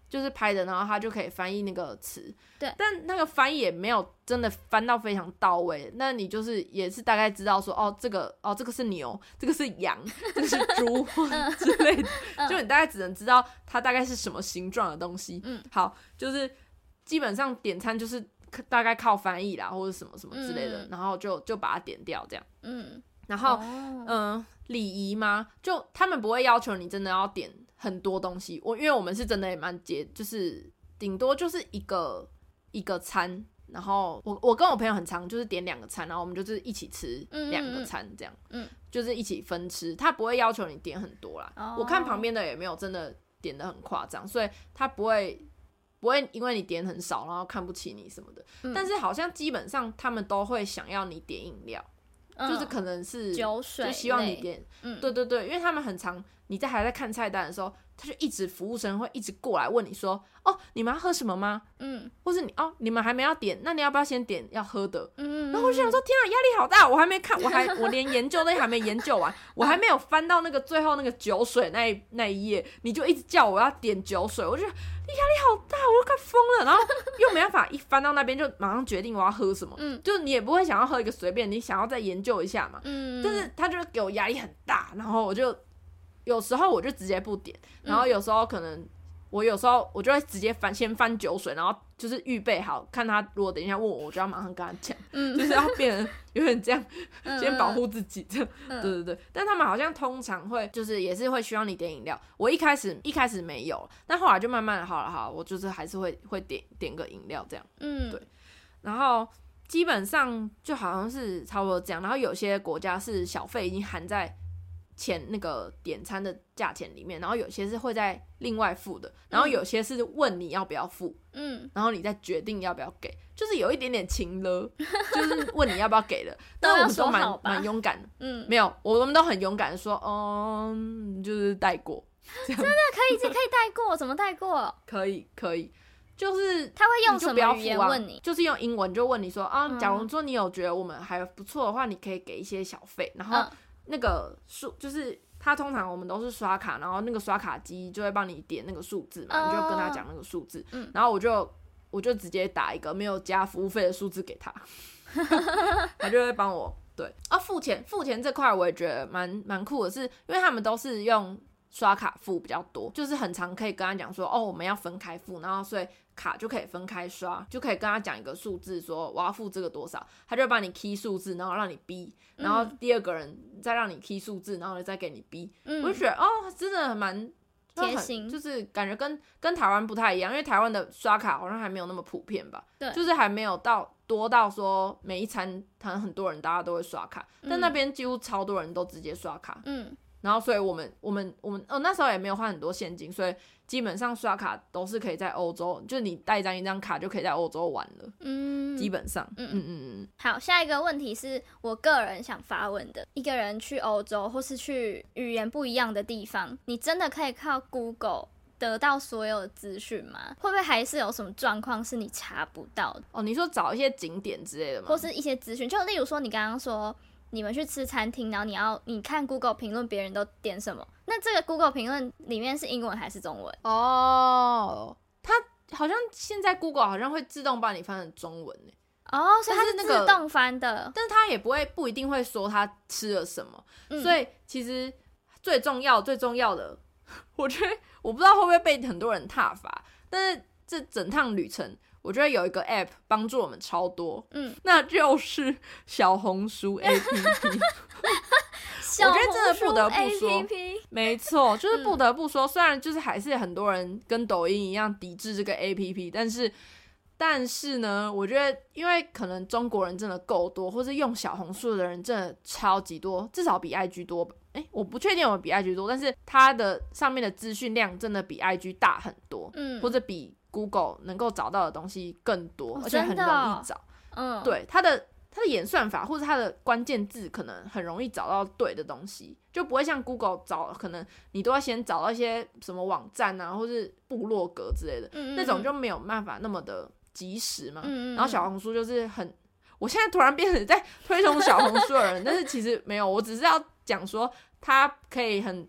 就是拍的，然后他就可以翻译那个词。 对， 但那个翻译也没有真的翻到非常到位。那你就是也是大概知道说，哦，这个哦，这个是牛，这个是羊，这个是猪之类的，就你大概只能知道它大概是什么形状的东西。嗯，好，就是基本上点餐就是大概靠翻译啦，或者什么什么之类的，嗯、然后就就把它点掉这样。嗯，然后嗯，礼仪吗？就他们不会要求你真的要点很多东西，我因为我们是真的也蛮节，就是顶多就是一个一个餐，然后我我跟我朋友很常就是点两个餐，然后我们就是一起吃两个餐这样，嗯，就是一起分吃，他不会要求你点很多啦。哦、我看旁边的也没有真的点的很夸张，所以他不会不会因为你点很少然后看不起你什么的，嗯、但是好像基本上他们都会想要你点饮料。嗯、就是可能是酒水， 就希望你点，嗯，对对对，因为他们很常，你在还在看菜单的时候，他就一直服务生会一直过来问你说，哦，你们要喝什么吗？嗯，或是你哦，你们还没要点，那你要不要先点要喝的？嗯，然后我就想说，天啊，压力好大，我还没看，我还我连研究都还没研究完，我还没有翻到那个最后那个酒水那一那一页，你就一直叫我要点酒水，我就觉得你压力好大，我都快疯了，然后又没办法一翻到那边就马上决定我要喝什么，嗯，就你也不会想要喝一个随便，你想要再研究一下嘛，嗯，但是他就给我压力很大，然后我就。有时候我就直接不点，然后有时候可能我有时候我就会直接翻先翻酒水，然后就是预备好，看他如果等一下问我，我就要马上跟他讲，嗯，就是要变成有点这样，嗯、先保护自己这样，嗯、对对对。但他们好像通常会就是也是会需要你点饮料，我一开始一开始没有，但后来就慢慢的好了好了，我就是还是会会点点个饮料这样，嗯，对。然后基本上就好像是差不多这样，然后有些国家是小费已经含在。钱那个点餐的价钱里面，然后有些是会在另外付的，然后有些是问你要不要付，嗯，然后你再决定要不要给，就是有一点点情勒，就是问你要不要给的，但我们都蛮蛮勇敢的，嗯，没有，我们都很勇敢的说，嗯，就是带过， 真的可以，可以带过，怎么带过？ 可以，可以。就是他会用什么语言问你？ 就是用英文就问你说啊，假如说你有觉得我们还不错的话，你可以给一些小费，然后。嗯那个数就是他通常我们都是刷卡，然后那个刷卡机就会帮你点那个数字嘛， oh. 你就跟他讲那个数字，嗯、然后我就我就直接打一个没有加服务费的数字给他，他就会帮我对啊付钱付钱这块我也觉得蛮蛮酷的是，因为他们都是用刷卡付比较多，就是很常可以跟他讲说哦我们要分开付，然后所以卡就可以分开刷，就可以跟他讲一个数字说我要付这个多少，他就会帮你 key 数字，然后让你逼，然后第二个人再让你 key 数字，然后再给你逼，嗯、我就觉得哦真的蛮贴心，就是感觉跟跟台湾不太一样，因为台湾的刷卡好像还没有那么普遍吧，对，就是还没有到多到说每一餐可能很多人大家都会刷卡，嗯、但那边几乎超多人都直接刷卡，嗯。然后，所以我们我们我们呃、哦、那时候也没有花很多现金，所以基本上刷卡都是可以在欧洲，就是你带一张一张卡就可以在欧洲玩了。嗯，基本上，嗯嗯嗯嗯。 好，下一个问题是我个人想发问的：一个人去欧洲或是去语言不一样的地方，你真的可以靠 Google 得到所有的资讯吗？会不会还是有什么状况是你查不到的？ 哦，你说找一些景点之类的吗？ 或是一些资讯，就例如说你刚刚说。你们去吃餐厅，然后你要你看 Google 评论别人都点什么，那这个 Google 评论里面是英文还是中文？ 哦，它好像现在 Google 好像会自动帮你翻成中文耶。 哦，所以它是自动翻的， 但是它也不会不一定会说他吃了什么，嗯、所以其实最重要最重要的，我觉得我不知道会不会被很多人挞伐，但是这整趟旅程。我觉得有一个 app 帮助我们超多，嗯，那就是小红书 A P P 。我觉得真的不得不说，没错，就是不得不说，嗯、虽然就是还是很多人跟抖音一样抵制这个 A P P， 但是但是呢，我觉得因为可能中国人真的够多，或是用小红书的人真的超级多，至少比 I G 多。哎、欸，我不确定有没有比 I G 多，但是它的上面的资讯量真的比 I G 大很多，嗯，或者比。Google 能够找到的东西更多， 哦、 而且很容易找。嗯，对，它的它的演算法或者它的关键字可能很容易找到对的东西，就不会像 Google 找，可能你都要先找到一些什么网站啊，或是部落格之类的，嗯嗯那种就没有办法那么的及时嘛。嗯嗯然后小红书就是很，我现在突然变成在推崇小红书的人，但是其实没有，我只是要讲说它可以很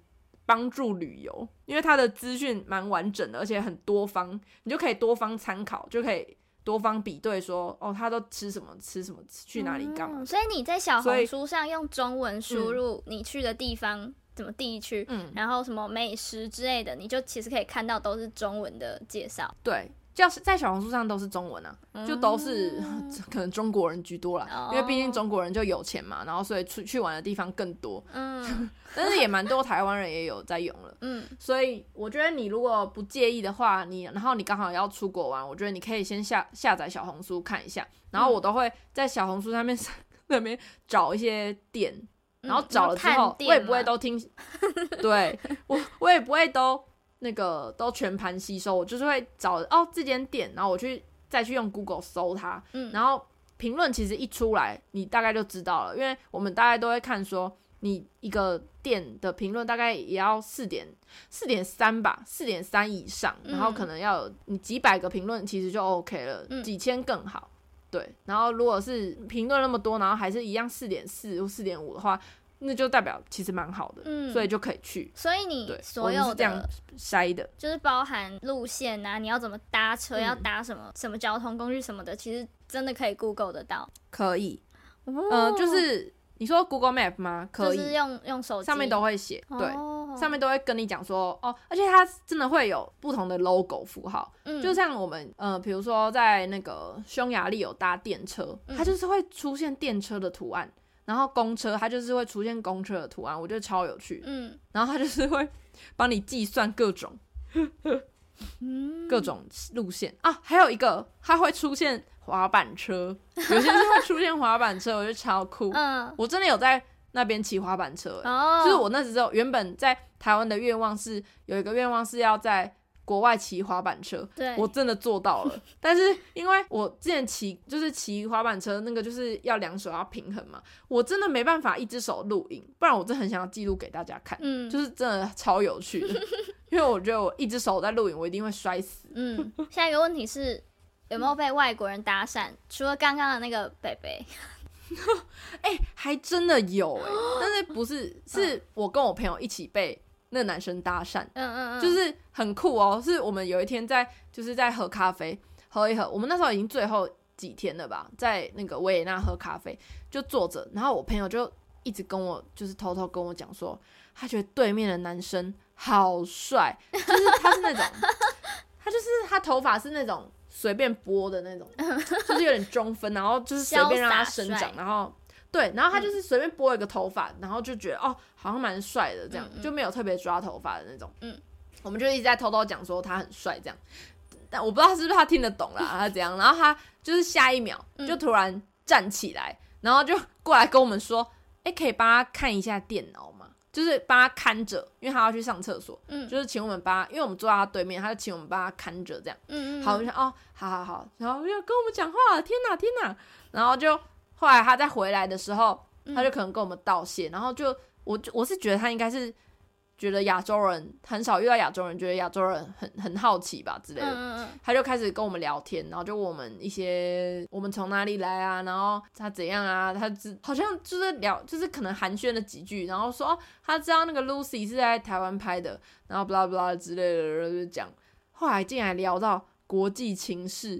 帮助旅游，因为它的资讯蛮完整的，而且很多方，你就可以多方参考，就可以多方比对说，哦，他都吃什么吃什么，去哪里干嘛、 嗯。所以你在小红书上用中文输入你去的地方，什么地区、嗯，然后什么美食之类的，你就其实可以看到都是中文的介绍。 对，在小红书上都是中文啊，就都是、嗯、可能中国人居多啦、哦，因为毕竟中国人就有钱嘛，然后所以出去玩的地方更多。嗯，但是也蛮多台湾人也有在用了。嗯，所以我觉得你如果不介意的话，你然后你刚好要出国玩，我觉得你可以先下下载小红书看一下，然后我都会在小红书上面那边找一些店，然后找了之后，我也不会都听，对我我也不会都。那个都全盘吸收，我就是会找哦这间店，然后我去再去用 Google 搜它，嗯，然后评论其实一出来，你大概就知道了，因为我们大概都会看说你一个店的评论大概也要四点四点三吧，四点三以上，然后可能要有你几百个评论，其实就 OK 了，嗯，几千更好，对，然后如果是评论那么多，然后还是一样四点四或四点五的话。那就代表其实蛮好的、嗯，所以就可以去。 所以你所有的是这样筛的， 就是包含路线啊，你要怎么搭车，嗯、要搭什么什么交通工具什么的，其实真的可以 Google 得到。 可以，哦、呃，就是你说 Google Map 吗？可以， 就是用用手机上面都会写，对、哦，上面都会跟你讲说哦，而且它真的会有不同的 logo 符号，嗯，就像我们呃，比如说在那个匈牙利有搭电车，它就是会出现电车的图案。然后公车它就是会出现公车的图案，我觉得超有趣。嗯，然后它就是会帮你计算各种各种路线啊，还有一个它会出现滑板车，有些是会出现滑板车，我觉得超酷。嗯，我真的有在那边骑滑板车、欸哦，就是我那时候原本在台湾的愿望是有一个愿望是要在国外骑滑板车，对，我真的做到了。但是因为我之前骑就是骑滑板车，那个就是要两手要平衡嘛，我真的没办法一只手录影，不然我真的很想要记录给大家看，嗯，就是真的超有趣的。因为我觉得我一只手在录影，我一定会摔死。 嗯，下一个问题是有没有被外国人搭讪？除了刚刚的那个北北。 哎、欸，还真的有哎、欸，但是不是是我跟我朋友一起被那个男生搭讪，嗯嗯嗯，就是很酷哦。是我们有一天在就是在喝咖啡，喝一喝，我们那时候已经最后几天了吧，在那个维也纳喝咖啡，就坐着，然后我朋友就一直跟我就是偷偷跟我讲说，他觉得对面的男生好帅，就是他是那种，他就是他头发是那种随便拨的那种，就是有点中分，然后就是随便让他生长，然后。对，然后他就是随便拨一个头发、嗯，然后就觉得哦，好像蛮帅的这样、嗯嗯，就没有特别抓头发的那种。嗯，我们就一直在偷偷讲说他很帅这样，但我不知道是不是他听得懂啦，他怎样。然后他就是下一秒就突然站起来，然后就过来跟我们说：“哎、欸，可以帮他看一下电脑吗？就是帮他看着，因为他要去上厕所。嗯，就是请我们帮他，因为我们坐在他对面，他就请我们帮他看着这样。嗯嗯，好，我就想哦，好好好，然后就跟我们讲话，天哪天哪，然后就。后来他再回来的时候，他就可能跟我们道谢，嗯、然后就我我是觉得他应该是觉得亚洲人很少遇到亚洲人，觉得亚洲人很很好奇吧之类的、嗯嗯，他就开始跟我们聊天，然后就问我们一些我们从哪里来啊，然后他怎样啊，他只好像就是聊，就是可能寒暄了几句，然后说、哦、他知道那个 Lucy 是在台湾拍的，然后 blah blah 之类的，然后就讲，后来竟然聊到国际情势。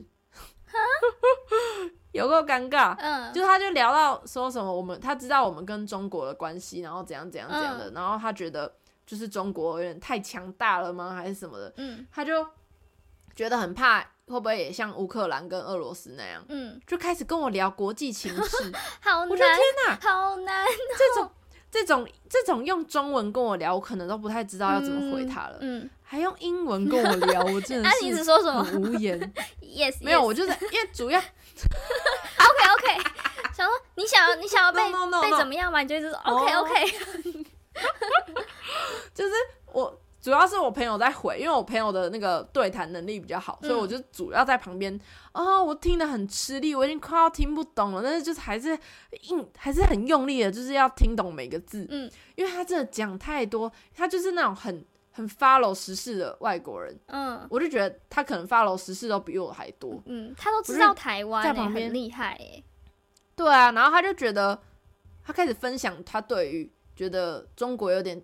有够尴尬，嗯，就他就聊到说什么我们他知道我们跟中国的关系，然后怎样怎样怎样的、嗯，然后他觉得就是中国有点太强大了吗，还是什么的，嗯，他就觉得很怕会不会也像乌克兰跟俄罗斯那样，嗯，就开始跟我聊国际情势， 好难， 我觉得天哪， 好难、哦， 这种这种这种用中文跟我聊，我可能都不太知道要怎么回他了，嗯，嗯还用英文跟我聊，我真的是， 你只说什么很无言 ，yes， 没有，我就是因为主要。 OK OK， 想说你想要你想要被 no, no, no, no. 被怎么样嘛？你就一直说 OK OK， 就是我主要是我朋友在回，因为我朋友的那个对谈能力比较好，嗯、所以我就主要在旁边哦，我听得很吃力，我已经快要听不懂了，但是就是还是硬还是很用力的，就是要听懂每个字，嗯，因为他真的讲太多，他就是那种很。很 follow 时事的外国人，嗯，我就觉得他可能 follow 时事都比我还多， 嗯，他都知道台湾、欸，在旁边很厉害哎、欸， 对啊，然后他就觉得他开始分享他对于觉得中国有点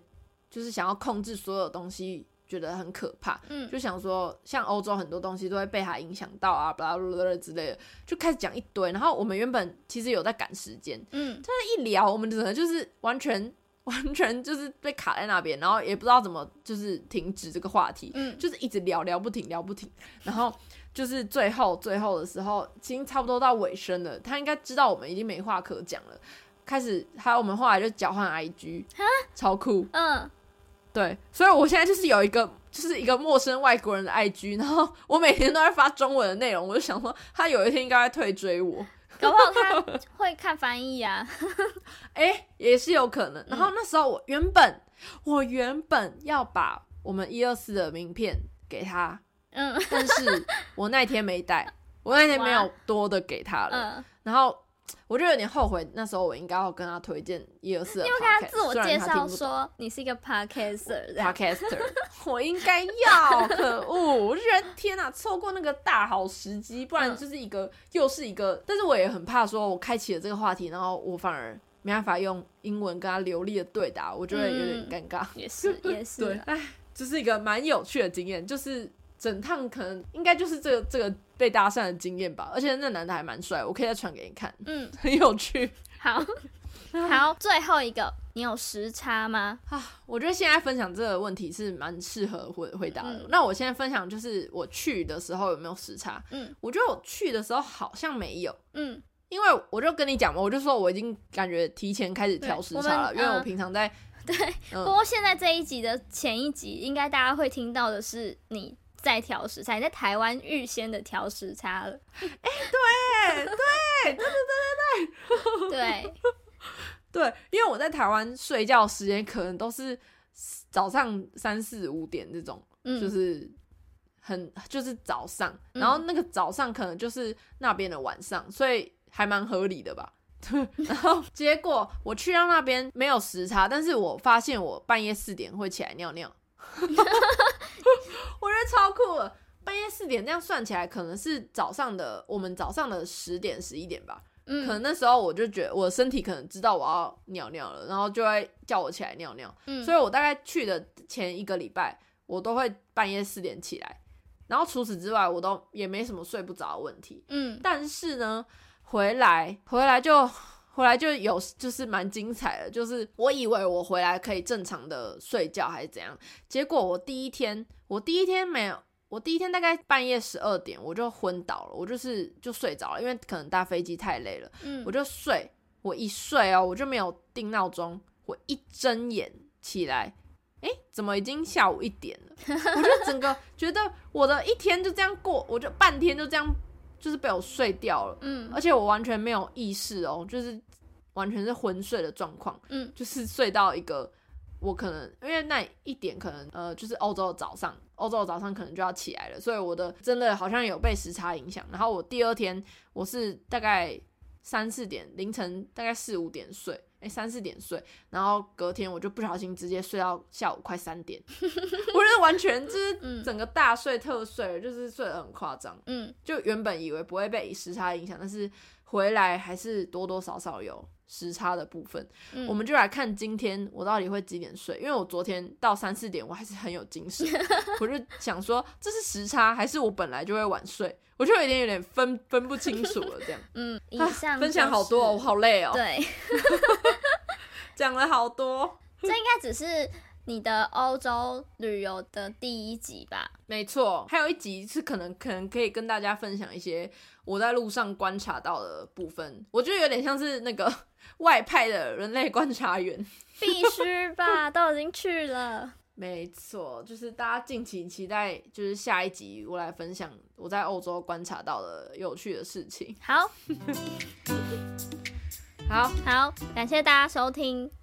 就是想要控制所有东西，觉得很可怕， 嗯， 就想说像欧洲很多东西都会被它影响到啊，巴拉巴拉之类的，就开始讲一堆。然后我们原本其实有在赶时间， 嗯， 但是一聊，我们真的就是完全完全就是被卡在那边，然后也不知道怎么就是停止这个话题， 嗯， 就是一直聊聊不停聊不停，然后就是最后最后的时候，已经差不多到尾声了，他应该知道我们已经没话可讲了，开始还有我们后来就交换 I G， 超酷， 嗯。 对，所以我现在就是有一个，就是一个陌生外国人的 I G， 然后我每天都在发中文的内容，我就想说他有一天应该会退追我， 搞不好他会看翻译啊， 哎、欸，也是有可能。然后那时候我原本、嗯、我原本要把我们一二四的名片给他，嗯，但是我那天没带，我那天没有多的给他了，嗯，然后。我就有点后悔，那时候我应该要跟他推荐一二四的 podcast， 因为跟他自我介绍说你是一个 podcaster， podcaster， 我应该要，可恶！我就觉得天哪，错过那个大好时机，不然就是一个、嗯、又是一个，但是我也很怕说，我开启了这个话题，然后我反而没办法用英文跟他流利的对答，我就会有点尴尬。 嗯、也是，也是， 对，哎，这、就是一个蛮有趣的经验，就是整趟可能应该就是这个这个。被搭讪的经验吧，而且那男的还蛮帅，我可以再传给你看，嗯，很有趣。 好，好，最后一个，你有时差吗？ 啊，我觉得现在分享这个问题是蛮适合回回答的。嗯、那我现在分享就是我去的时候有没有时差？嗯，我觉得我去的时候好像没有，嗯，因为我就跟你讲嘛，我就说我已经感觉提前开始调时差了，因为我平常在、呃、 对、嗯，不过现在这一集的前一集，应该大家会听到的是你。在调时差，你在台湾预先的调时差了。哎、 欸，对对对对对对对对，因为我在台湾睡觉时间可能都是早上三四五点这种，嗯、就是很就是早上，然后那个早上可能就是那边的晚上，所以还蛮合理的吧。然后结果我去到那边没有时差，但是我发现我半夜四点会起来尿尿。我觉得超酷了，半夜四点这样算起来，可能是早上的我们早上的十点十一点吧。嗯，可能那时候我就觉得我的身体可能知道我要尿尿了，然后就会叫我起来尿尿。嗯，所以我大概去的前一个礼拜，我都会半夜四点起来。然后除此之外，我都也没什么睡不着的问题。嗯，但是呢，回来回来就。回来就有就是蛮精彩的，就是我以为我回来可以正常的睡觉还是怎样，结果我第一天我第一天没有，我第一天大概半夜十二点我就昏倒了，我就是就睡着了，因为可能搭飞机太累了，嗯，我就睡，我一睡哦，我就没有定闹钟，我一睁眼起来，哎，怎么已经下午一点了？我就整个觉得我的一天就这样过，我就半天就这样。就是被我睡掉了，嗯，而且我完全没有意识哦，就是完全是昏睡的状况，嗯，就是睡到一个我可能因为那一点可能呃就是欧洲的早上，欧洲的早上可能就要起来了，所以我的真的好像有被时差影响。然后我第二天我是大概三四点凌晨大概四五点睡，哎三四点睡，然后隔天我就不小心直接睡到下午快三点，我觉得完全就是整个大睡特睡了，就是睡得很夸张，嗯，就原本以为不会被时差影响，但是回来还是多多少少有时差的部分。嗯、我们就来看今天我到底会几点睡，因为我昨天到三四点我还是很有精神，我就想说这是时差还是我本来就会晚睡，我就有点有点分分不清楚了这样。 嗯，以上、就是啊、 分享好多、哦，我好累哦。 对， 讲了好多， 这应该只是你的欧洲旅游的第一集吧？ 没错，还有一集是可能可能可以跟大家分享一些我在路上观察到的部分，我觉得有点像是那个外派的人类观察员， 必须吧，都已经去了。 没错，就是大家敬请期待，就是下一集我来分享我在欧洲观察到的有趣的事情。 好， 好好，感谢大家收听